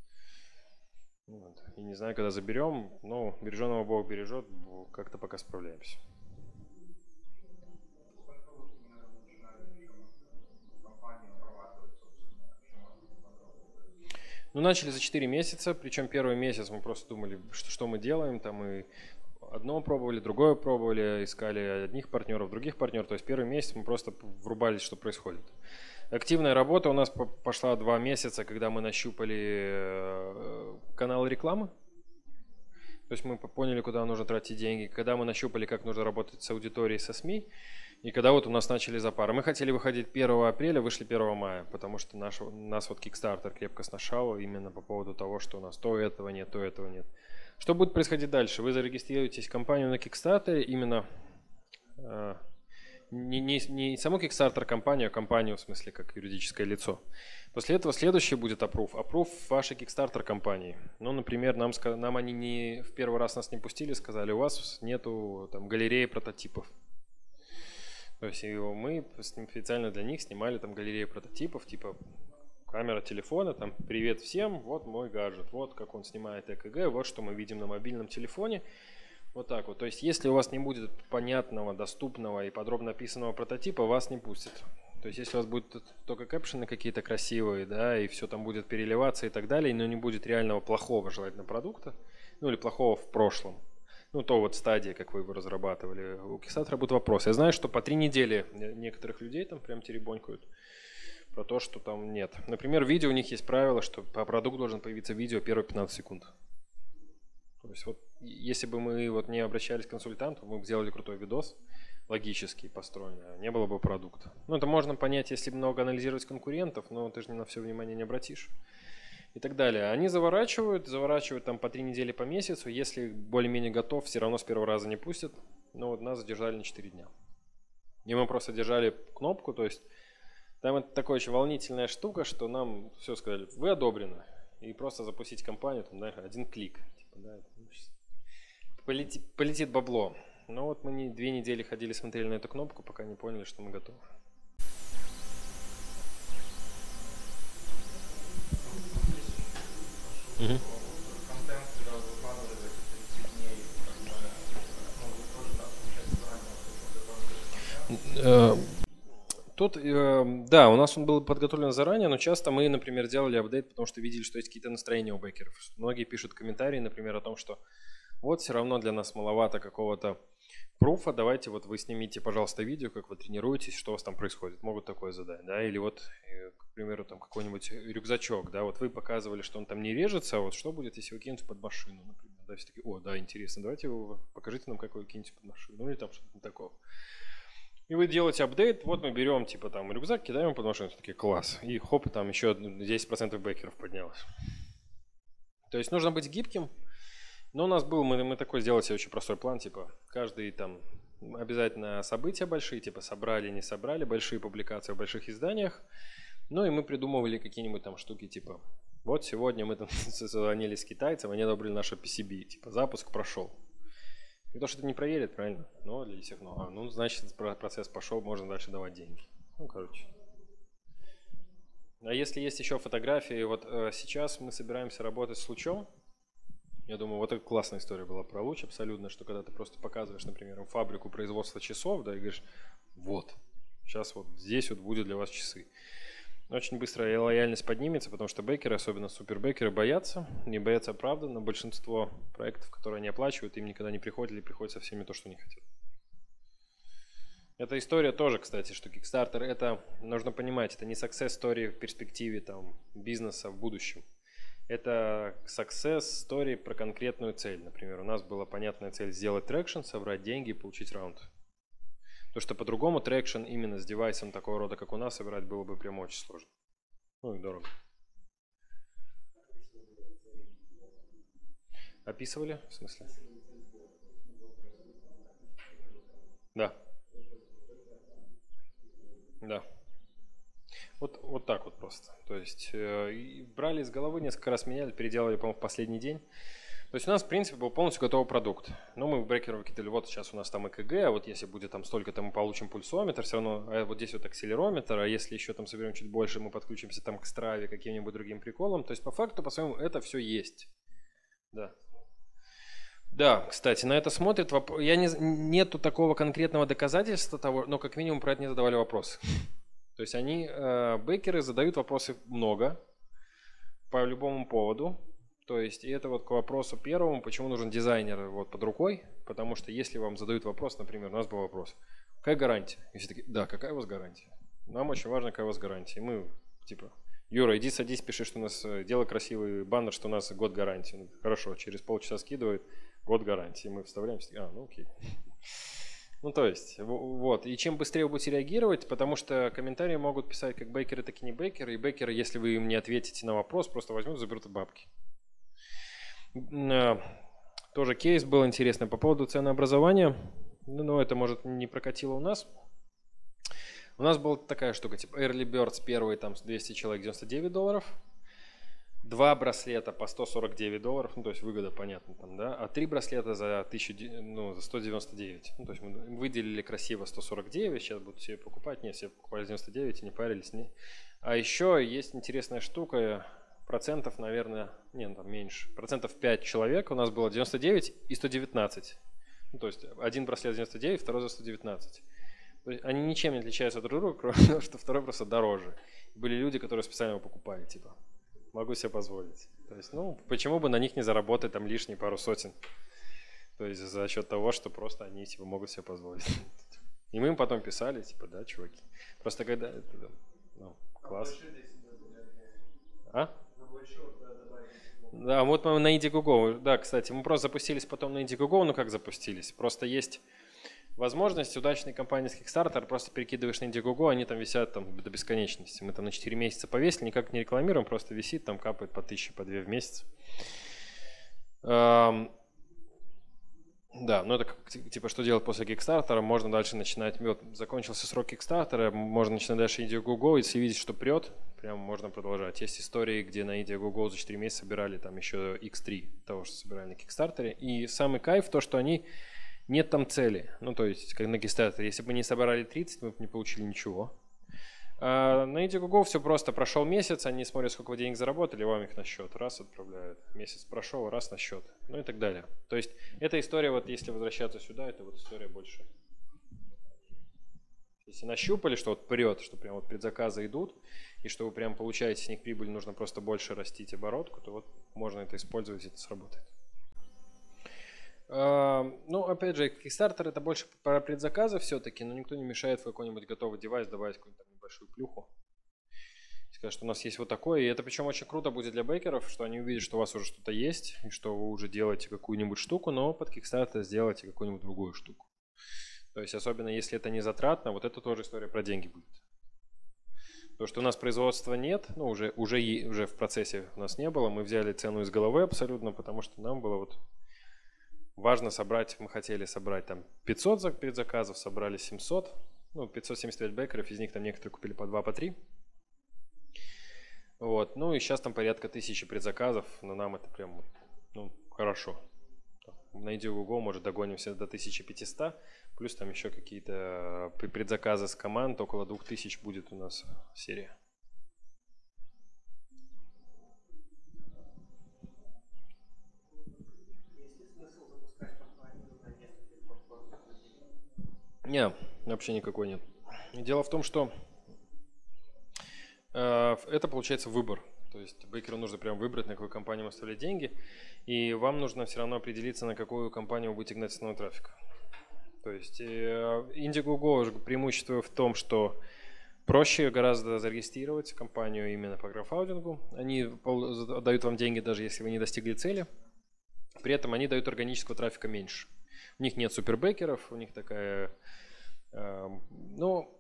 Вот. И не знаю, когда заберем, но береженого Бог бережет, как-то пока справляемся. Ну, начали за четыре месяца, причем первый месяц мы просто думали, что, что мы делаем, там и одно пробовали, другое пробовали, искали одних партнеров, других партнеров. То есть первый месяц мы просто врубались, что происходит. Активная работа у нас пошла два месяца, когда мы нащупали канал рекламы. То есть мы поняли, куда нужно тратить деньги. Когда мы нащупали, как нужно работать с аудиторией, со СМИ. И когда вот у нас начали запары. Мы хотели выходить первого апреля, вышли первого мая, потому что наш, нас вот Kickstarter крепко сношал именно по поводу того, что у нас то этого нет, то этого нет. Что будет происходить дальше? Вы зарегистрируетесь в компанию на Kickstarter, именно э, не, не, не саму Kickstarter компанию, а компанию в смысле как юридическое лицо. После этого следующее будет approve. Approve вашей Kickstarter компании. Ну, например, нам, нам они не в первый раз нас не пустили, сказали, у вас нету там галереи прототипов. То есть мы специально для них снимали там галереи прототипов, типа камера телефона, там привет всем, вот мой гаджет, вот как он снимает ЭКГ, вот что мы видим на мобильном телефоне. Вот так вот. То есть если у вас не будет понятного, доступного и подробно описанного прототипа, вас не пустят. То есть если у вас будут только кэпшены какие-то красивые, да, и все там будет переливаться и так далее, но не будет реального плохого желательно продукта, ну или плохого в прошлом, ну то вот стадия, как вы его разрабатывали, у Kickstarter будут вопросы. Я знаю, что по три недели некоторых людей там прям теребонькают про то, что там нет. Например, видео у них есть правило, что по продукту должен появиться видео первые пятнадцать секунд. То есть вот если бы мы вот не обращались к консультанту, мы бы сделали крутой видос, логически построенный, а не было бы продукта. Ну это можно понять, если много анализировать конкурентов, но ты же на все внимание не обратишь. И так далее. Они заворачивают, заворачивают там по три недели по месяцу. Если более-менее готов, все равно с первого раза не пустят. Но вот нас задержали на четыре дня. И мы просто держали кнопку, то есть там это такая очень волнительная штука, что нам все сказали, вы одобрены. И просто запустить компанию, там, да, один клик. Типа, да, полетит, полетит бабло. Но вот мы не, две недели ходили, смотрели на эту кнопку, пока не поняли, что мы готовы. Угу. Контент, когда вы выкладывали тридцать дней, ну, вы тоже, да, получается, заранее готовили контент. Тут, э, да, у нас он был подготовлен заранее, но часто мы, например, делали апдейт, потому что видели, что есть какие-то настроения у бэкеров. Многие пишут комментарии, например, о том, что вот все равно для нас маловато какого-то пруфа, давайте вот вы снимите, пожалуйста, видео, как вы тренируетесь, что у вас там происходит. Могут такое задать, да, или вот, к примеру, там какой-нибудь рюкзачок, да, вот вы показывали, что он там не режется, а вот что будет, если вы кинете под машину, например, да, все такие, о, да, интересно, давайте вы покажите нам, как вы кинете под машину, ну или там что-то такого. И вы делаете апдейт, вот мы берем типа там рюкзак, кидаем под машину, такие класс, и хоп, там еще десять процентов бэкеров поднялось. То есть нужно быть гибким, но у нас был, мы, мы такой сделали себе очень простой план, типа каждый там обязательно события большие, типа собрали, не собрали, большие публикации в больших изданиях, ну и мы придумывали какие-нибудь там штуки, типа вот сегодня мы там созвонили с китайцем, они одобрили наше пи си би, типа запуск прошел. И то, что это не проверит, правильно? Но для всех, ну, а, ну, значит, процесс пошел, можно дальше давать деньги. Ну, короче. А если есть еще фотографии, вот э, сейчас мы собираемся работать с лучом. Я думаю, вот это классная история была про луч абсолютно, что когда ты просто показываешь, например, фабрику производства часов, да, и говоришь, вот, сейчас вот здесь вот будет для вас часы. Очень быстро лояльность поднимется, потому что бэкеры, особенно супербэкеры, боятся. Не боятся оправданно. Большинство проектов, которые они оплачивают, им никогда не приходят или приходят со всеми то, что они хотят. Эта история тоже, кстати, что Kickstarter, это, нужно понимать, это не success story в перспективе там, бизнеса в будущем. Это success story про конкретную цель. Например, у нас была понятная цель сделать трекшн, собрать деньги и получить раунд. Потому что по-другому трекшн именно с девайсом такого рода, как у нас, собирать было бы прям очень сложно. Ну и дорого. Описывали? В смысле? Да. Да. Вот, вот так вот просто. То есть э, брали из головы, несколько раз меняли, переделали, по-моему, в последний день. То есть у нас, в принципе, был полностью готовый продукт. Но мы в брекеру выкидали, вот сейчас у нас там ЭКГ, а вот если будет там столько-то, мы получим пульсометр, все равно, а вот здесь вот акселерометр, а если еще там соберем чуть больше, мы подключимся там к Страве, каким-нибудь другим приколам. То есть по факту, по-своему, это все есть. Да. Да, кстати, на это смотрят. Я не, нету такого конкретного доказательства того, но как минимум про это не задавали вопросы. То есть они, э, бейкеры, задают вопросы много по любому поводу. То есть и это вот к вопросу первому, почему нужен дизайнер вот под рукой. Потому что если вам задают вопрос, например, у нас был вопрос, какая гарантия? И все такие, да, какая у вас гарантия? Нам очень важно, какая у вас гарантия. И мы типа, Юра, иди садись, пиши, что у нас, делай красивый баннер, что у нас год гарантии. Ну, хорошо, через полчаса скидывает, год гарантии. Мы вставляем, а, ну окей. Ну, то есть, вот. И чем быстрее вы будете реагировать, потому что комментарии могут писать как бейкеры, так и не бейкеры. И бейкеры, если вы им не ответите на вопрос, просто возьмут и заберут бабки. Тоже кейс был интересный по поводу ценообразования. Ну, это, может, не прокатило у нас. У нас была такая штука, типа Early Birds первый, там, двести человек, девяносто девять долларов. Два браслета по сто сорок девять долларов, ну то есть выгода, понятно, там, да, а три браслета за, тысячу, ну, за сто девяносто девять. Ну, то есть мы выделили красиво сто сорок девять, сейчас будут все покупать, нет, все покупали девяносто девять и не парились. Не. А еще есть интересная штука, процентов, наверное, нет, там меньше, процентов пять человек, у нас было девяносто девять и сто девятнадцать. Ну, то есть один браслет за девяносто девять, второй за сто девятнадцать. То есть они ничем не отличаются друг от друга, кроме того, что второй просто дороже. Были люди, которые специально его покупали, типа. Могу себе позволить. То есть, ну, почему бы на них не заработать там лишние пару сотен? То есть за счет того, что просто они типа могут себе позволить. И мы им потом писали, типа, да, чуваки. Просто когда это, ну, класс. А? Да, вот мы на Indiegogo, да, кстати, мы просто запустились потом на Indiegogo, ну как запустились? Просто есть возможность удачной компании с Kickstarter, просто перекидываешь на Indiegogo, они там висят там до бесконечности. Мы там на четыре месяца повесили, никак не рекламируем, просто висит, там капает по тысяче, по две в месяц. Эм, да, ну это как, типа, что делать после Kickstarter, можно дальше начинать, вот, закончился срок Kickstarter, можно начинать дальше Indiegogo, если видеть, что прет, прям можно продолжать. Есть истории, где на Indiegogo за четыре месяца собирали там еще икс три того, что собирали на Kickstarter. И самый кайф то, что они нет там цели. Ну, то есть, как на Kickstarter, если бы не собирали тридцать, мы бы не получили ничего. А на Indiegogo все просто. Прошел месяц, они смотрят, сколько вы денег заработали, вам их на счет. Раз отправляют. Месяц прошел, раз на счет. Ну и так далее. То есть, эта история, вот если возвращаться сюда, это вот история больше. Если нащупали, что вот прет, что прям вот предзаказы идут, и что вы прям получаете с них прибыль, нужно просто больше растить оборотку, то вот можно это использовать, и это сработает. Ну, опять же, Kickstarter это больше про предзаказы все-таки, но никто не мешает в какой-нибудь готовый девайс добавить какую-нибудь небольшую плюху. Сказать, что у нас есть вот такое, и это причем очень круто будет для бейкеров, что они увидят, что у вас уже что-то есть, и что вы уже делаете какую-нибудь штуку, но под Kickstarter сделаете какую-нибудь другую штуку. То есть, особенно если это не затратно, вот это тоже история про деньги будет. Потому что у нас производства нет, ну, уже, уже, уже в процессе у нас не было, мы взяли цену из головы абсолютно, потому что нам было вот важно собрать, мы хотели собрать там пятьсот предзаказов, собрали семьсот, ну, пятьсот семьдесят пять бэкеров, из них там некоторые купили по два, по три. Вот, ну и сейчас там порядка тысячи предзаказов, но нам это прям, ну, хорошо. На Indiegogo, может, догонимся до тысячи пятисот, плюс там еще какие-то предзаказы с команд, около двух тысяч будет у нас серия. Нет, вообще никакой нет. Дело в том, что э, это получается выбор. То есть бейкеру нужно прям выбрать, на какую компанию вы оставляете деньги, и вам нужно все равно определиться, на какую компанию вы будете гнать основной трафик. То есть э, Indiegogo преимущество в том, что проще гораздо зарегистрировать компанию именно по краудфандингу. Они дают вам деньги, даже если вы не достигли цели. При этом они дают органического трафика меньше. У них нет супербекеров, у них такая... Э, ну,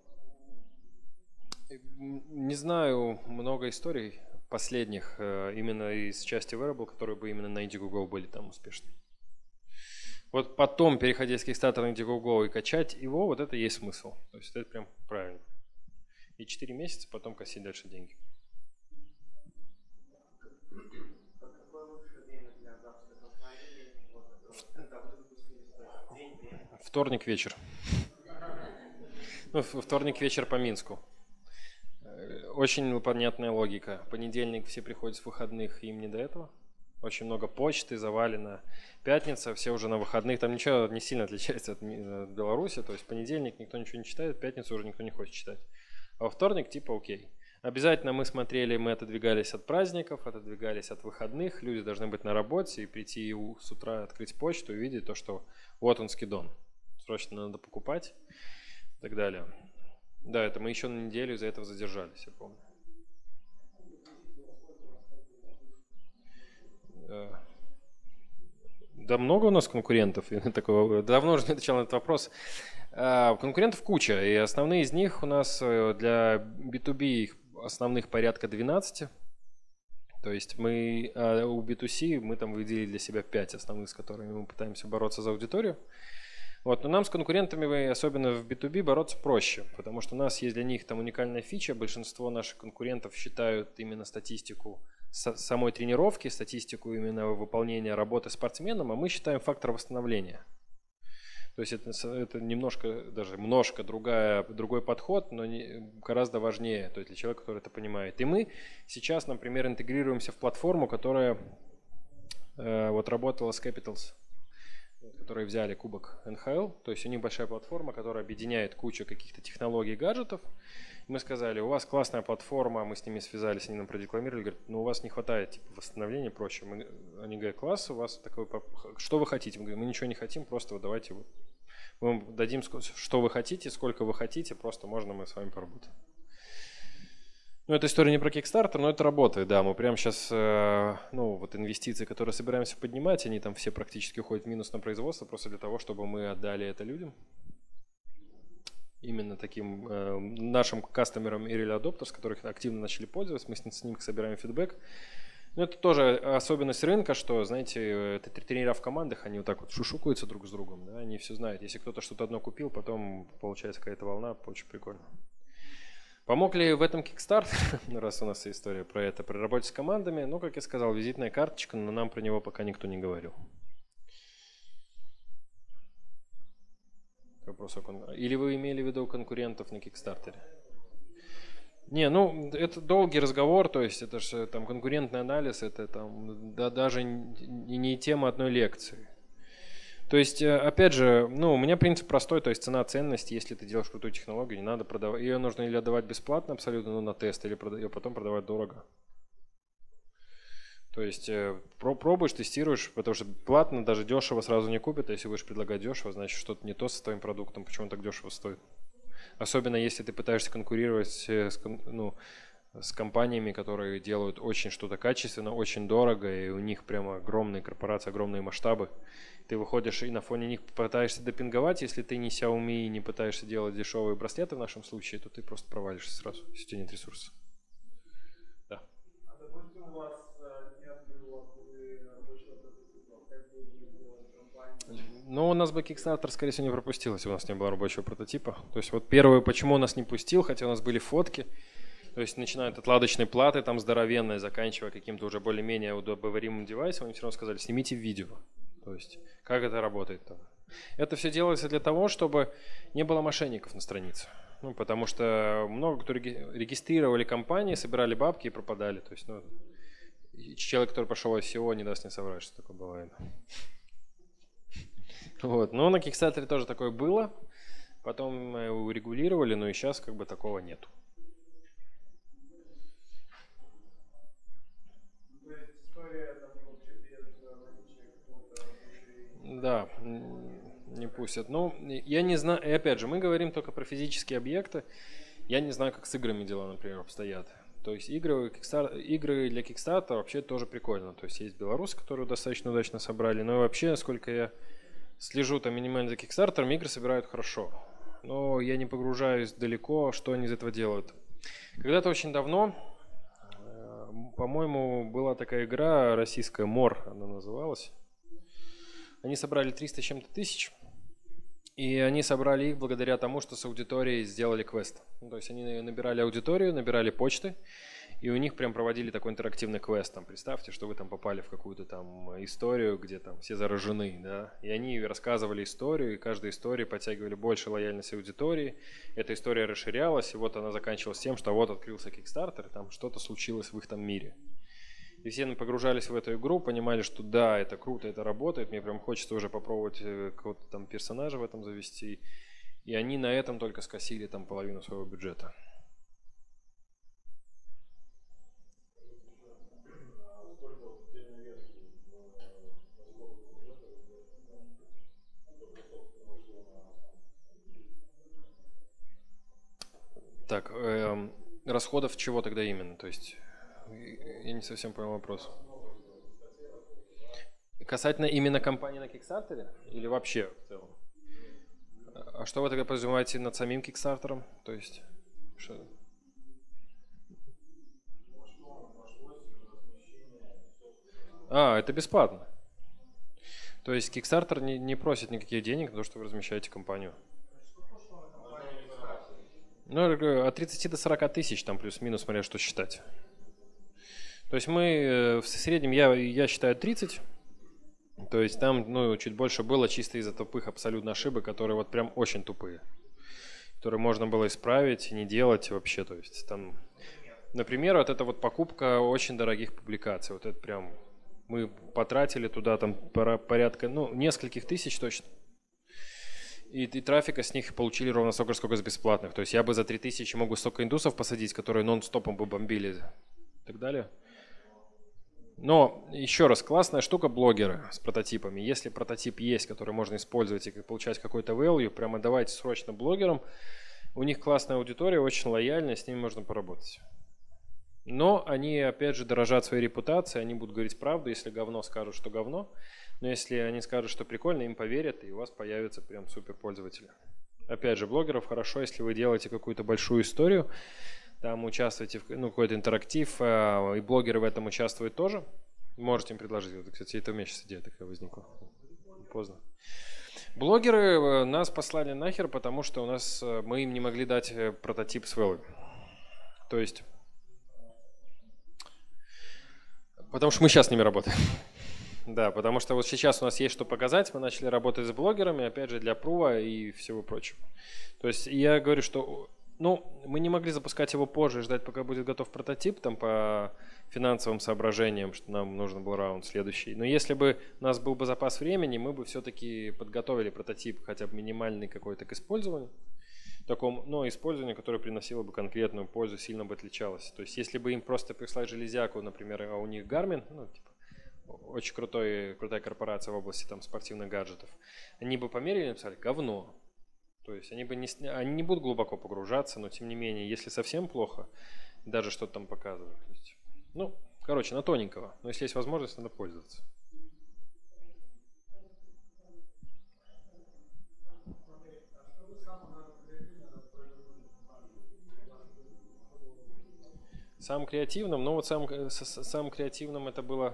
не знаю много историй последних э, именно из части Wearable, которые бы именно на Indiegogo были там успешны. Вот потом переходить с Kickstarter на Indiegogo и качать его, вот это и есть смысл. То есть это прям правильно. И четыре месяца потом косить дальше деньги. Вторник вечер. Ну, вторник вечер по Минску. Очень понятная логика. Понедельник все приходят с выходных, им не до этого. Очень много почты, завалено. Пятница, все уже на выходных. Там ничего не сильно отличается от Беларуси. То есть понедельник никто ничего не читает, пятницу уже никто не хочет читать. А во вторник типа окей. Обязательно мы смотрели, мы отодвигались от праздников, отодвигались от выходных. Люди должны быть на работе и прийти с утра, открыть почту и увидеть то, что вот он скидон. Срочно надо покупать и так далее. Да, это мы еще на неделю из-за этого задержались, я помню. Да много у нас конкурентов. Такого, давно уже не отвечал на этот вопрос. Конкурентов куча, и основные из них у нас для би ту би их основных порядка двенадцать. То есть мы а у би ту си мы там выделили для себя пять основных, с которыми мы пытаемся бороться за аудиторию. Вот, но нам с конкурентами, особенно в би ту би, бороться проще, потому что у нас есть для них там уникальная фича. Большинство наших конкурентов считают именно статистику самой тренировки, статистику именно выполнения работы спортсменом, а мы считаем фактор восстановления. То есть это, это немножко, даже немножко другая, другой подход, но не, гораздо важнее, то есть для человека, который это понимает. И мы сейчас, например, интегрируемся в платформу, которая э, вот работала с Capitals, которые взяли кубок эн эйч эл. То есть у них большая платформа, которая объединяет кучу каких-то технологий и гаджетов. Мы сказали, у вас классная платформа, мы с ними связались, они нам продекламировали, говорят, ну у вас не хватает типа восстановления и прочее. Мы, они говорят, класс, у вас такой, что вы хотите? Мы говорим, мы ничего не хотим, просто вот давайте вот, мы вам дадим, что вы хотите, сколько вы хотите, просто можно мы с вами поработаем. Ну, эта история не про Kickstarter, но это работает, да. Мы прямо сейчас, ну, вот инвестиции, которые собираемся поднимать, они там все практически уходят в минус на производство, просто для того, чтобы мы отдали это людям. Именно таким э, нашим кастомерам и early adopters, которых активно начали пользоваться, мы с, с ними собираем фидбэк. Но это тоже особенность рынка, что, знаете, это тренера в командах, они вот так вот шушукаются друг с другом, да, они все знают. Если кто-то что-то одно купил, потом получается какая-то волна, очень прикольно. Помог ли в этом Kickstarter, раз у нас есть история про это, при работе с командами? Ну, как я сказал, визитная карточка, но нам про него пока никто не говорил. Вопрос о кон... Или вы имели в виду конкурентов на Kickstarter? Не, ну, это долгий разговор, то есть это же там конкурентный анализ, это там да, даже не, не тема одной лекции. То есть, опять же, ну, у меня принцип простой, то есть цена-ценность, если ты делаешь крутую технологию, не надо продавать, ее нужно или отдавать бесплатно абсолютно, ну, на тест, или ее потом продавать дорого. То есть пробуешь, тестируешь, потому что платно даже дешево сразу не купят, а если будешь предлагать дешево, значит что-то не то со твоим продуктом, почему он так дешево стоит. Особенно если ты пытаешься конкурировать с, ну, с компаниями, которые делают очень что-то качественно, очень дорого, и у них прямо огромные корпорации, огромные масштабы. Ты выходишь и на фоне них пытаешься допинговать, если ты не Xiaomi и не пытаешься делать дешевые браслеты в нашем случае, то ты просто провалишься сразу, если у тебя нет ресурсов. Да. А допустим, у вас Ну, у нас бы Kickstarter, скорее всего, не пропустил, если у нас не было рабочего прототипа. То есть вот первое, почему он нас не пустил, хотя у нас были фотки, то есть начиная от отладочной платы, там здоровенной, заканчивая каким-то уже более-менее удобоваримым девайсом, они все равно сказали, снимите видео. То есть как это работает там. Это все делается для того, чтобы не было мошенников на странице. Ну, потому что много кто регистрировали компании, собирали бабки и пропадали. То есть, ну, человек, который пошел в ай си о, не даст не соврать, что такое бывает. Вот. Но на Kickstarter тоже такое было. Потом мы его урегулировали, но и сейчас как бы такого нету. То есть история там вообще без наличия какого-то... Да, не пустят. Ну, я не знаю, и опять же, мы говорим только про физические объекты. Я не знаю, как с играми дела, например, обстоят. То есть игры, Kickstarter, игры для Kickstarter вообще тоже прикольно. То есть есть белорусы, которые достаточно удачно собрали. Но и вообще, насколько я слежу там минимально за Kickstarter, игры собирают хорошо. Но я не погружаюсь далеко, что они из этого делают. Когда-то очень давно, по-моему, была такая игра российская, Мор она называлась. Они собрали триста с чем-то тысяч. И они собрали их благодаря тому, что с аудиторией сделали квест. Ну, то есть они набирали аудиторию, набирали почты, и у них прям проводили такой интерактивный квест. Там, представьте, что вы там попали в какую-то там историю, где там все заражены, да, и они рассказывали историю, и каждой истории подтягивали больше лояльности аудитории. Эта история расширялась, и вот она заканчивалась тем, что вот открылся Kickstarter, и там что-то случилось в их там мире. И все погружались в эту игру, понимали, что да, это круто, это работает, мне прям хочется уже попробовать какого-то там персонажа в этом завести. И они на этом только скосили там половину своего бюджета. Так, эм, расходов чего тогда именно? То есть, я не совсем понял вопрос. Касательно именно компании на Kickstarter или вообще в целом? А что вы тогда подразумеваете над самим Kickstarter? То есть, что? А, это бесплатно. То есть Kickstarter не, не просит никаких денег на то, что вы размещаете компанию. Ну, от тридцати до сорока тысяч, там плюс-минус, смотря что считать. То есть мы в среднем, я, я считаю тридцать. То есть там, ну, чуть больше было чисто из-за тупых абсолютно ошибок, которые вот прям очень тупые. Которые можно было исправить, не делать вообще. То есть там, например, вот эта вот покупка очень дорогих публикаций. Вот это прям, мы потратили туда там порядка, ну, нескольких тысяч точно. И, и трафика с них получили ровно столько, сколько с бесплатных. То есть я бы за три тысячи мог бы столько индусов посадить, которые нон-стопом бы бомбили и так далее. Но еще раз, классная штука блогеры с прототипами. Если прототип есть, который можно использовать и получать какой-то value, прямо давайте срочно блогерам. У них классная аудитория, очень лояльная, с ними можно поработать. Но они, опять же, дорожат своей репутацией, они будут говорить правду, если говно скажут, что говно. Но если они скажут, что прикольно, им поверят, и у вас появятся прям супер пользователи. Опять же, блогеров хорошо, если вы делаете какую-то большую историю, там участвуете в ну, какой-то интерактив, и блогеры в этом участвуют тоже. Можете им предложить. Вот, кстати, это у меня сейчас идея такая возникла. Поздно. Блогеры нас послали нахер, потому что у нас мы им не могли дать прототип с value. То есть, потому что мы сейчас с ними работаем. Да, потому что вот сейчас у нас есть что показать, мы начали работать с блогерами, опять же, для прува и всего прочего. То есть я говорю, что ну, мы не могли запускать его позже, ждать, пока будет готов прототип, там по финансовым соображениям, что нам нужен был раунд следующий. Но если бы у нас был бы запас времени, мы бы все-таки подготовили прототип хотя бы минимальный какой-то к использованию. Такому, но использование, которое приносило бы конкретную пользу, сильно бы отличалось. То есть если бы им просто прислать железяку, например, а у них Garmin, ну, типа, очень крутой, крутая корпорация в области там, спортивных гаджетов, они бы померили и написали говно. То есть они, бы не, они не будут глубоко погружаться, но тем не менее, если совсем плохо, даже что-то там показывают. То есть, ну, короче, на тоненького. Но если есть возможность, надо пользоваться. Самым креативным, ну вот самым, самым креативным это было...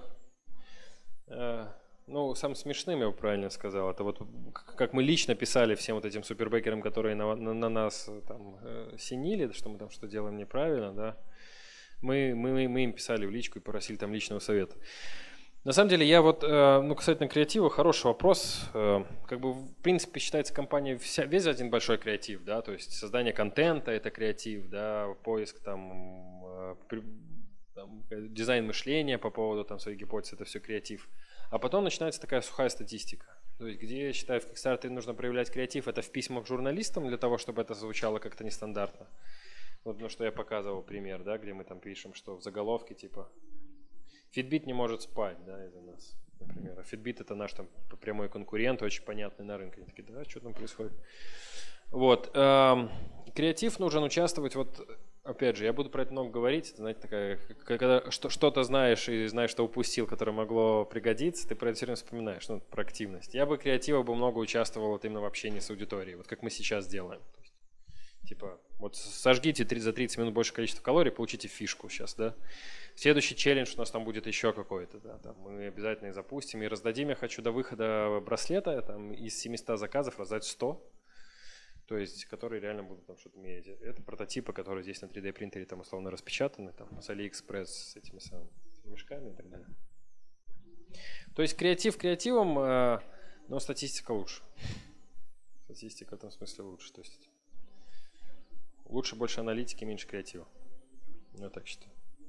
Ну, самым смешным, я бы правильно сказал, это вот как мы лично писали всем вот этим супербекерам, которые на, на, на нас там э, синили, что мы там что делаем неправильно, да, мы, мы, мы им писали в личку и просили там личного совета. На самом деле, я вот, э, ну, касательно креатива, хороший вопрос. Э, как бы, в принципе, считается компания вся, весь один большой креатив, да, то есть создание контента – это креатив, да, поиск там, э, при, там дизайн мышления по поводу там своей гипотезы – это все креатив. А потом начинается такая сухая статистика. То есть, где, я считаю, в Kickstarter нужно проявлять креатив, это в письмах журналистам, для того, чтобы это звучало как-то нестандартно. Вот, ну, что я показывал пример, да, где мы там пишем, что в заголовке типа Fitbit не может спать, да, из-за нас, например. А Fitbit это наш там прямой конкурент, очень понятный на рынке. Они такие, да, что там происходит? Вот. эм, Креатив нужен участвовать. Вот, опять же, я буду про это много говорить. Это, знаете, такая, к- когда что- что-то знаешь и знаешь, что упустил, которое могло пригодиться, ты про это все время вспоминаешь, ну, про активность. Я бы креатива бы много участвовал вот именно в общении с аудиторией, вот как мы сейчас делаем. То есть, типа, вот сожгите три- за тридцать минут больше количества калорий, получите фишку сейчас, да. Следующий челлендж у нас там будет еще какой-то, да, там мы обязательно их запустим и раздадим. Я хочу до выхода браслета там из семисот заказов раздать сто, то есть которые реально будут там что-то мерить. Это прототипы, которые здесь на три дэ принтере там условно распечатаны, там с AliExpress с этими самыми мешками и так далее. То есть креатив креативом, э, но статистика лучше. Статистика в этом смысле лучше. То есть лучше больше аналитики, меньше креатива. Я так считаю.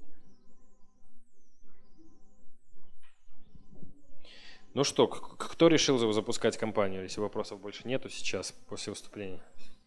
Ну что, к- к- кто решил за- запускать компанию? Если вопросов больше нету сейчас, после выступления.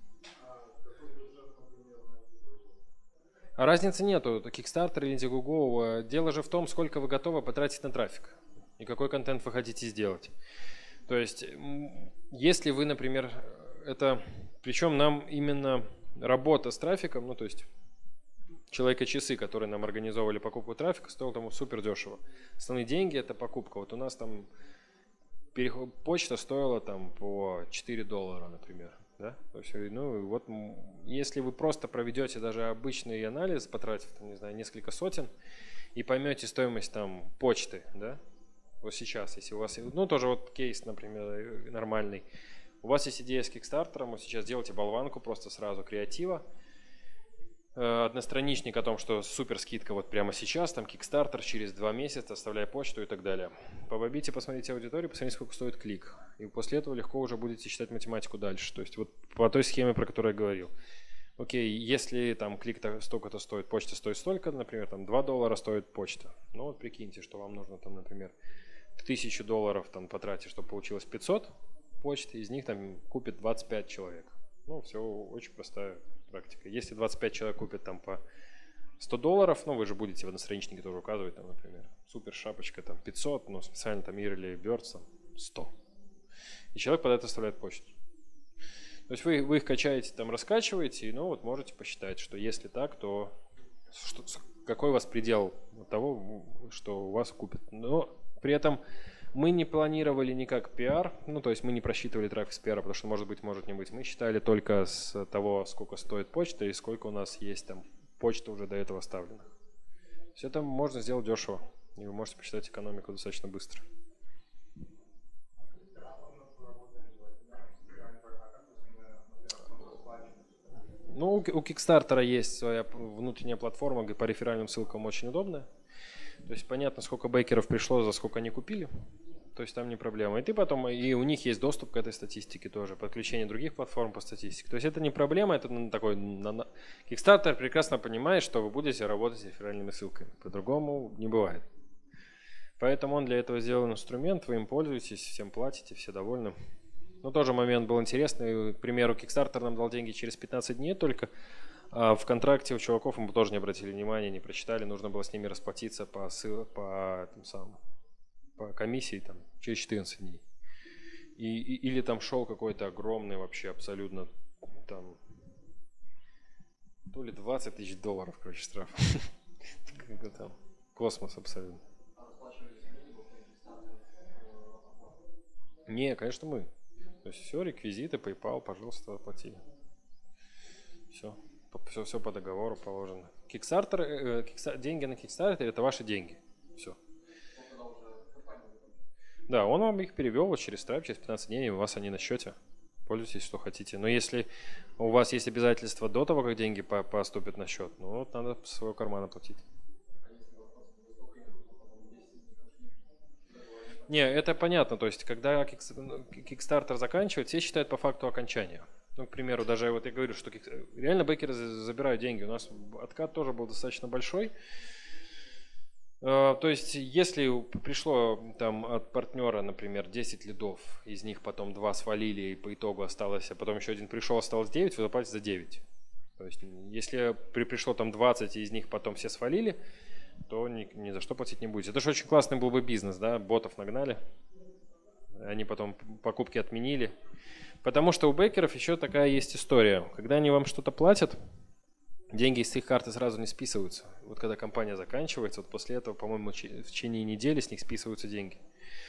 А разницы нету. Kickstarter или Indiegogo. Дело же в том, сколько вы готовы потратить на трафик и какой контент вы хотите сделать. То есть, м, если вы, например, это, причем нам именно работа с трафиком, ну то есть человека-часы, которые нам организовывали покупку трафика, стоил тому супер дешево. Основные деньги это покупка. Вот у нас там переход, почта стоила там по четыре доллара, например. Да? То есть, ну, вот, если вы просто проведете даже обычный анализ, потратив, там, не знаю, несколько сотен, и поймете стоимость там почты, да, вот сейчас, если у вас, ну, тоже вот кейс, например, нормальный, у вас есть идея с Кикстартером, вы сейчас делаете болванку просто сразу креатива, одностраничник о том, что супер скидка вот прямо сейчас, там Kickstarter через два месяца, оставляя почту и так далее. Побобите, посмотрите аудиторию, посмотрите, сколько стоит клик. И после этого легко уже будете считать математику дальше. То есть вот по той схеме, про которую я говорил. Окей, если там клик столько-то стоит, почта стоит столько, например, там два доллара стоит почта. Ну вот прикиньте, что вам нужно там, например, тысячу долларов там потратить, чтобы получилось пятьсот почты, из них там купит двадцать пять человек. Ну, все очень простая практика. Если двадцать пять человек купят там по сто долларов, ну вы же будете в одностраничнике тоже указывать, там, например, супер шапочка там пятьсот, но специально там Early Birds там сто. И человек под это оставляет почту. То есть вы, вы их качаете, там раскачиваете, и ну вот можете посчитать, что если так, то что, какой у вас предел того, что у вас купят. Но при этом мы не планировали никак пиар, ну то есть мы не просчитывали трафик с пиара, потому что может быть, может не быть. Мы считали только с того, сколько стоит почта и сколько у нас есть там почта уже до этого оставлена. Все это можно сделать дешево, и вы можете посчитать экономику достаточно быстро. Ну, у Kickstarter есть своя внутренняя платформа, где по реферальным ссылкам очень удобная. То есть понятно, сколько бейкеров пришло, за сколько они купили. То есть там не проблема. И ты потом, и у них есть доступ к этой статистике тоже, подключение других платформ по статистике. То есть это не проблема, это такой... Kickstarter прекрасно понимает, что вы будете работать с реферальными ссылками. По-другому не бывает. Поэтому он для этого сделан инструмент, вы им пользуетесь, всем платите, все довольны. Ну, тоже момент был интересный. К примеру, Kickstarter нам дал деньги через пятнадцать дней только. А в контракте у чуваков мы тоже не обратили внимания, не прочитали. Нужно было с ними расплатиться по, ссыл... по, там, самым, по комиссии там, через четырнадцать дней. И, и, или там шел какой-то огромный вообще абсолютно там то ли двадцать тысяч долларов, короче, штраф. Космос абсолютно. Не, конечно, мы. То есть все, реквизиты, PayPal, пожалуйста, оплатили. Все. Все, все по договору положено. Kickstarter, э, кикстар, деньги на Kickstarter это ваши деньги. Все. Да, он вам их перевел вот через Stripe, через пятнадцать дней, у вас они на счете. Пользуйтесь, что хотите. Но если у вас есть обязательства до того, как деньги по поступят на счет, ну вот надо с своего кармана платить. Не, это понятно. То есть, когда Kickstarter заканчивает, все считают по факту окончания. Ну, к примеру, даже вот я говорю, что реально бэкеры забирают деньги. У нас откат тоже был достаточно большой. То есть, если пришло там от партнера, например, десять лидов, из них потом два свалили, и по итогу осталось, а потом еще один пришел, осталось девять, вы заплатите за девять. То есть, если при, пришло там двадцать, и из них потом все свалили, то ни, ни за что платить не будете. Это же очень классный был бы бизнес, да, ботов нагнали, они потом покупки отменили. Потому что у бэкеров еще такая есть история. Когда они вам что-то платят, деньги из их карты сразу не списываются. Вот когда компания заканчивается, вот после этого, по-моему, в течение недели с них списываются деньги.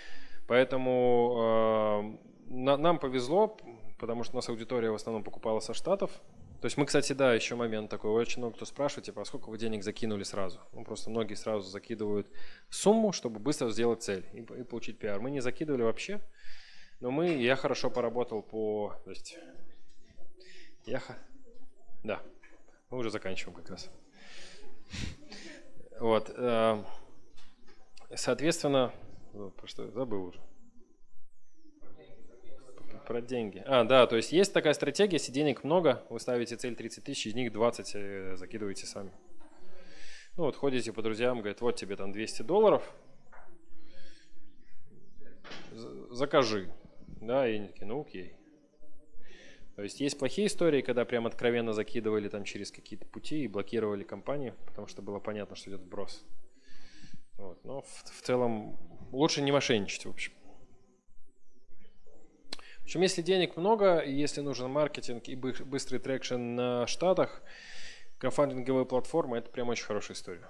Поэтому э, на, нам повезло, потому что у нас аудитория в основном покупала со Штатов. То есть мы, кстати, да, еще момент такой, очень много кто спрашивает, типа, а сколько вы денег закинули сразу? Ну, просто многие сразу закидывают сумму, чтобы быстро сделать цель и, и получить пиар. Мы не закидывали вообще, но мы, я хорошо поработал по, то есть, я, да, мы уже заканчиваем как раз. Вот, э, соответственно, про что я забыл уже. Про деньги. А, да, то есть есть такая стратегия, если денег много, вы ставите цель тридцать тысяч, из них двадцать закидываете сами. Ну вот ходите по друзьям, говорят, вот тебе там двести долларов, закажи. Да, и они такие, ну окей. То есть есть плохие истории, когда прям откровенно закидывали там через какие-то пути и блокировали компанию, потому что было понятно, что идет вброс. Вот. Но в, в целом лучше не мошенничать, в общем. В общем, если денег много, и если нужен маркетинг и быстрый трекшн на Штатах, краудфандинговая платформа – это прям очень хорошая история.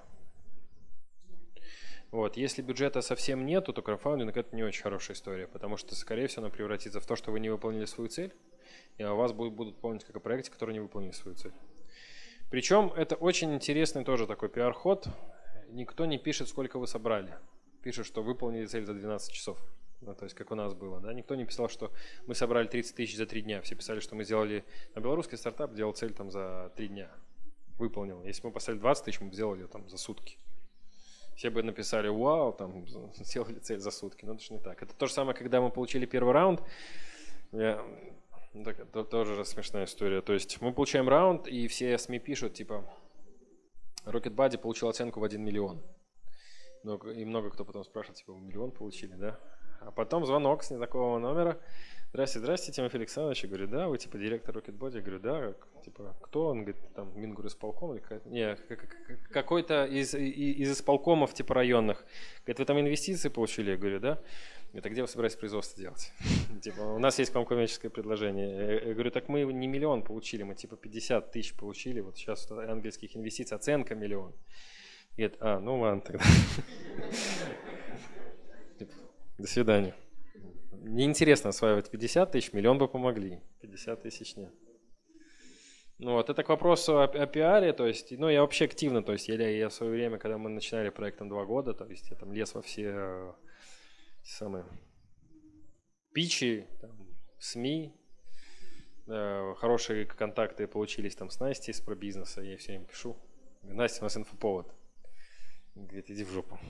Вот. Если бюджета совсем нету, то краудфандинг – это не очень хорошая история, потому что, скорее всего, она превратится в то, что вы не выполнили свою цель, и о вас будут, будут помнить как о проекте, который не выполнили свою цель. Причем это очень интересный тоже такой пиар-ход. Никто не пишет, сколько вы собрали. Пишет, что выполнили цель за двенадцать часов. Ну, то есть, как у нас было. Да? Никто не писал, что мы собрали тридцать тысяч за три дня. Все писали, что мы сделали... А белорусский стартап делал цель там за три дня. Выполнил. Если мы поставили двадцать тысяч, мы бы сделали ее там за сутки. Все бы написали, вау, там, сделали цель за сутки. Но это же не так. Это то же самое, когда мы получили первый раунд. Я... Так, это тоже смешная история. То есть, мы получаем раунд, и все СМИ пишут, типа, RocketBuddy получил оценку в один миллион. И много кто потом спрашивает, типа, вы миллион получили, да? А потом звонок с незнакомого номера. Здрасте, здрасте, Тимофей Александрович. Я говорю, да, вы типа директор RocketBuddy? Я говорю, да, типа, кто? Он говорит, там, Мингорисполком или какая-то... Не, какой-то из, из исполкомов типа районных. Говорит, вы там инвестиции получили? Я говорю, да. Говорит, а где вы собираетесь производство делать? Типа, у нас есть к вам коммерческое предложение. Я говорю, так мы не миллион получили, мы типа пятьдесят тысяч получили. Вот сейчас ангельских инвестиций, оценка миллион. Говорит, а, ну ладно тогда. До свидания. Неинтересно осваивать пятьдесят тысяч, миллион бы помогли. пятьдесят тысяч нет. Ну вот, это к вопросу о, о пиаре, то есть, ну я вообще активно, то есть я, я в свое время, когда мы начинали проект там два года, то есть я там лез во все э, самые питчи, там, СМИ, э, хорошие контакты получились там с Настей из пробизнеса, я ей все время пишу. Настя, у нас инфоповод. Говорит, иди в жопу.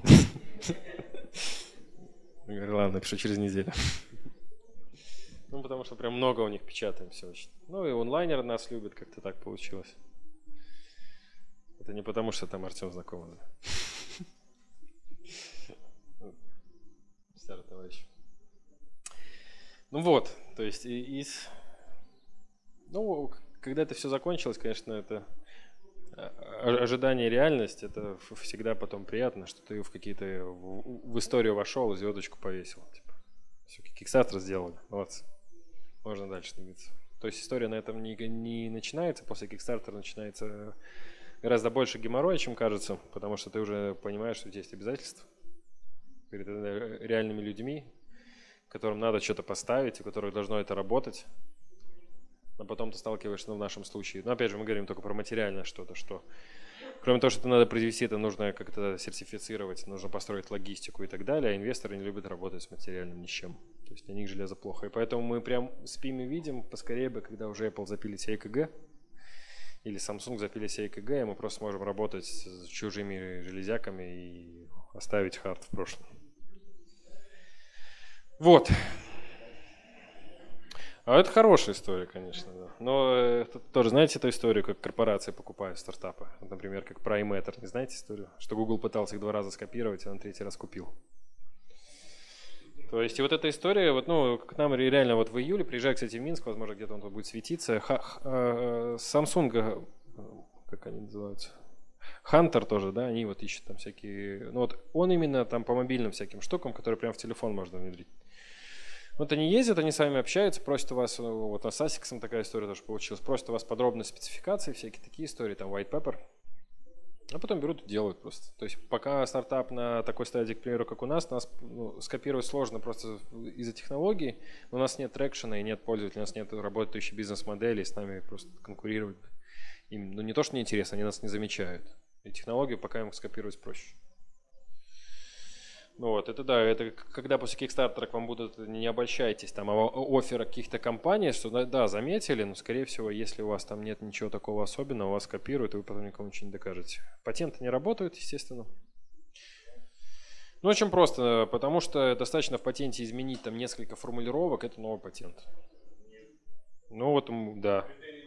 Я говорю, ладно, напишу через неделю. Ну, потому что прям много у них печатаем все очень. Ну, и онлайнер нас любит, как-то так получилось. Это не потому, что там Артем знакомый. Старый товарищ. Ну вот, то есть из... Ну, когда это все закончилось, конечно, это... Ожидание и реальность, это всегда потом приятно, что ты в какие-то в, в историю вошел и звездочку повесил. Типа. Все, Kickstarter сделали, молодцы. Можно дальше двигаться. То есть история на этом не, не начинается, после Kickstarter начинается гораздо больше геморроя, чем кажется, потому что ты уже понимаешь, что у тебя есть обязательства перед реальными людьми, которым надо что-то поставить, у которых должно это работать. А потом ты сталкиваешься, ну, в нашем случае, ну, опять же, мы говорим только про материальное что-то, что кроме того, что это надо произвести, это нужно как-то сертифицировать, нужно построить логистику и так далее, а инвесторы не любят работать с материальным ни с чем. То есть для них железо плохо. И поэтому мы прям спим и видим, поскорее бы, когда уже Apple запилит себе ЭКГ, или Samsung запилит себе ЭКГ, и мы просто можем работать с чужими железяками и оставить хард в прошлом. Вот. А это хорошая история, конечно, да. Но это тоже, знаете эту историю, как корпорации покупают стартапы? Вот, например, как про iMatter, не знаете историю? Что Google пытался их два раза скопировать, а на третий раз купил. То есть и вот эта история, вот, ну, к нам реально вот в июле, приезжай, кстати, в Минск, возможно, где-то он тут будет светиться. Ха- Samsung, как они называются? Hunter тоже, да, они вот ищут там всякие... Ну вот он именно там по мобильным всяким штукам, которые прямо в телефон можно внедрить. Вот они ездят, они с вами общаются, просят у вас, вот с Асиксом такая история тоже получилась, просят у вас подробные спецификации, всякие такие истории, там white paper, а потом берут и делают просто. То есть пока стартап на такой стадии, к примеру, как у нас, нас ну, скопировать сложно просто из-за технологий, у нас нет трекшена и нет пользователей, у нас нет работающей бизнес-модели, с нами просто конкурировать им, ну не то, что неинтересно, они нас не замечают. И технологию пока им скопировать проще. Ну вот, это да, это когда после Kickstarter к вам будут, не обольщайтесь, там, оффера каких-то компаний, что да, заметили, но, скорее всего, если у вас там нет ничего такого особенного, вас копируют, и вы потом никому ничего не докажете. Патенты не работают, естественно. Ну, очень просто, потому что достаточно в патенте изменить там несколько формулировок, это новый патент. Ну вот, да.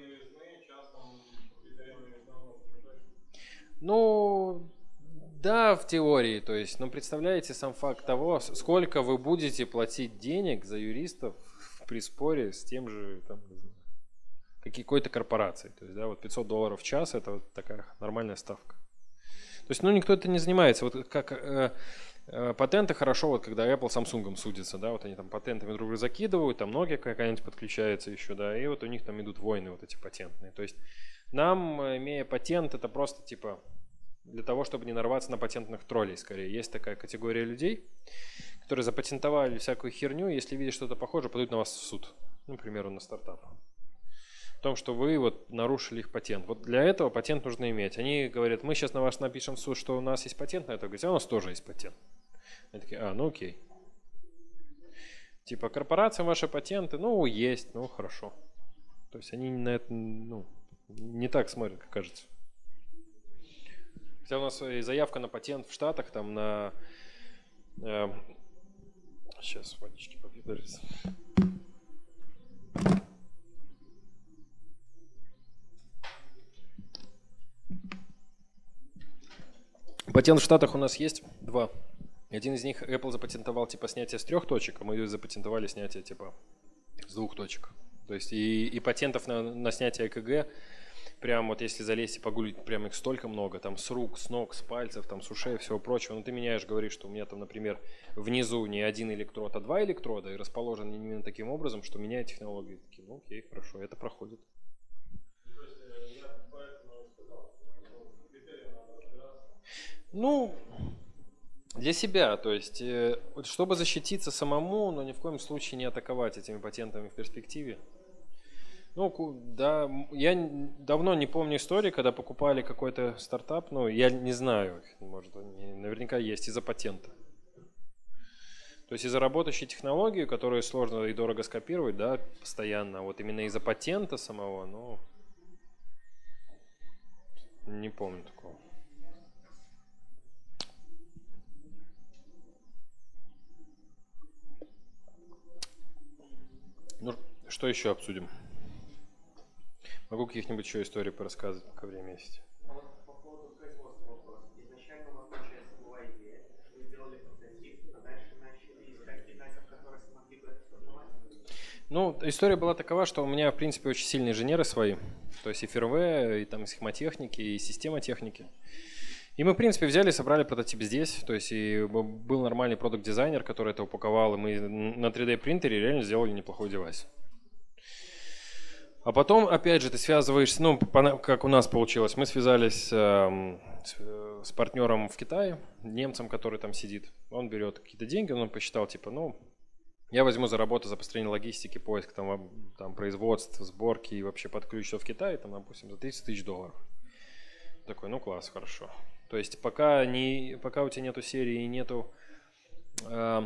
Ну... Да, в теории, то есть, но представляете сам факт того, сколько вы будете платить денег за юристов при споре с тем же, там, какой-то корпорацией. То есть, да, вот пятьсот долларов в час – это вот такая нормальная ставка. То есть, ну, никто это не занимается. Вот как э, э, патенты хорошо, вот когда Apple с Samsung судятся, да, вот они там патентами друг друга закидывают, там Nokia какая-нибудь подключается еще, да, и вот у них там идут войны вот эти патентные. То есть, нам, имея патент, это просто типа... Для того, чтобы не нарваться на патентных троллей, скорее. Есть такая категория людей, которые запатентовали всякую херню, и если видят что-то похожее, подают на вас в суд. Ну, к примеру, на стартап. В том, что вы вот нарушили их патент. Вот для этого патент нужно иметь. Они говорят, мы сейчас на вас напишем в суд, что у нас есть патент на это. Говорят, а у нас тоже есть патент. Они такие, а, ну окей. Типа, корпорациям ваши патенты, ну, есть, ну, хорошо. То есть они на это, ну, не так смотрят, как кажется. Хотя у нас и заявка на патент в Штатах, там на... Э, сейчас водички попью. Патент в Штатах у нас есть два. Один из них Apple запатентовал типа снятие с трех точек, а мы запатентовали снятие типа с двух точек. То есть и, и патентов на, на снятие ЭКГ прям вот если залезть и погуглить, прям их столько много, там с рук, с ног, с пальцев, там с ушей, всего прочего. Ну ты меняешь, говоришь, что у меня там, например, внизу не один электрод, а два электрода, и расположен именно таким образом, что меняет технологию. Такие, ну окей, хорошо, это проходит. Ну, для себя, то есть, чтобы защититься самому, но ни в коем случае не атаковать этими патентами в перспективе. Ну, да, я давно не помню истории, когда покупали какой-то стартап, ну, я не знаю, может, они наверняка есть из-за патента. То есть из-за работающей технологии, которую сложно и дорого скопировать, да, постоянно, вот именно из-за патента самого, ну, не помню такого. Ну, что еще обсудим? Могу каких-нибудь еще историй порассказывать, пока время есть. А вот по поводу производства вопрос. Изначально у вас, получается, была идея, вы сделали прототип, а дальше начали искать китайцев, которые смогли бы это создавать? Ну, история была такова, что у меня, в принципе, очень сильные инженеры свои. То есть и фирмвер, и там схемотехники, и системотехники. И мы, в принципе, взяли, собрали прототип здесь. То есть и был нормальный продакт-дизайнер, который это упаковал, и мы на три дэ принтере реально сделали неплохой девайс. А потом, опять же, ты связываешься, ну, как у нас получилось, мы связались э, с, с партнером в Китае, немцем, который там сидит. Он берет какие-то деньги, он посчитал, типа, ну, я возьму за работу, за построение логистики, поиск там, там производства, сборки и вообще под ключ, что в Китае, там, допустим, за тридцать тысяч долларов. Такой, ну, класс, хорошо. То есть пока, не, пока у тебя нету серии и нету э,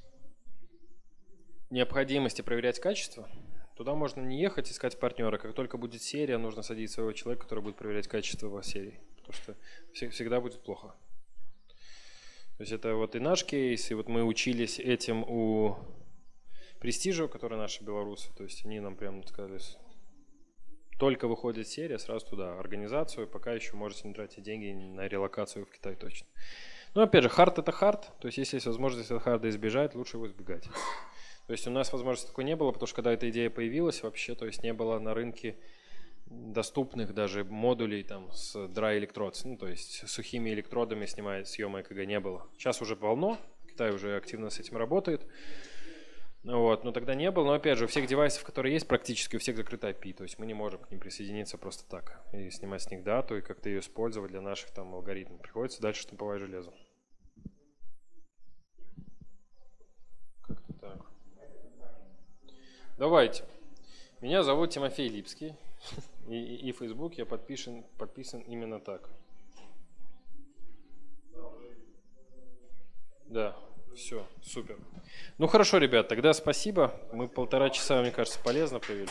необходимости проверять качество, туда можно не ехать, искать партнера. Как только будет серия, нужно садить своего человека, который будет проверять качество во серии. Потому что всегда будет плохо. То есть это вот и наш кейс, и вот мы учились этим у Престижа, которые наши белорусы. То есть они нам прям сказали, только выходит серия, сразу туда, организацию, пока еще можете не тратить деньги на релокацию в Китай точно. Но опять же, хард это хард, то есть если есть возможность от харда избежать, лучше его избегать. То есть у нас возможности такой не было, потому что когда эта идея появилась вообще, то есть не было на рынке доступных даже модулей там с dry electrodes, ну то есть с сухими электродами снимая съема ЭКГ не было. Сейчас уже полно, Китай уже активно с этим работает, Ну вот, но тогда не было. Но опять же, у всех девайсов, которые есть, практически у всех закрыт ай пи. То есть мы не можем к ним присоединиться просто так. И снимать с них дату, и как-то ее использовать для наших там алгоритмов. Приходится дальше штамповать железо. Как-то так. Давайте. Меня зовут Тимофей Липский. И, и, и в Facebook я подписан, подписан именно так. Да, все, супер. Ну хорошо, ребят, тогда спасибо. Мы полтора часа, мне кажется, полезно провели.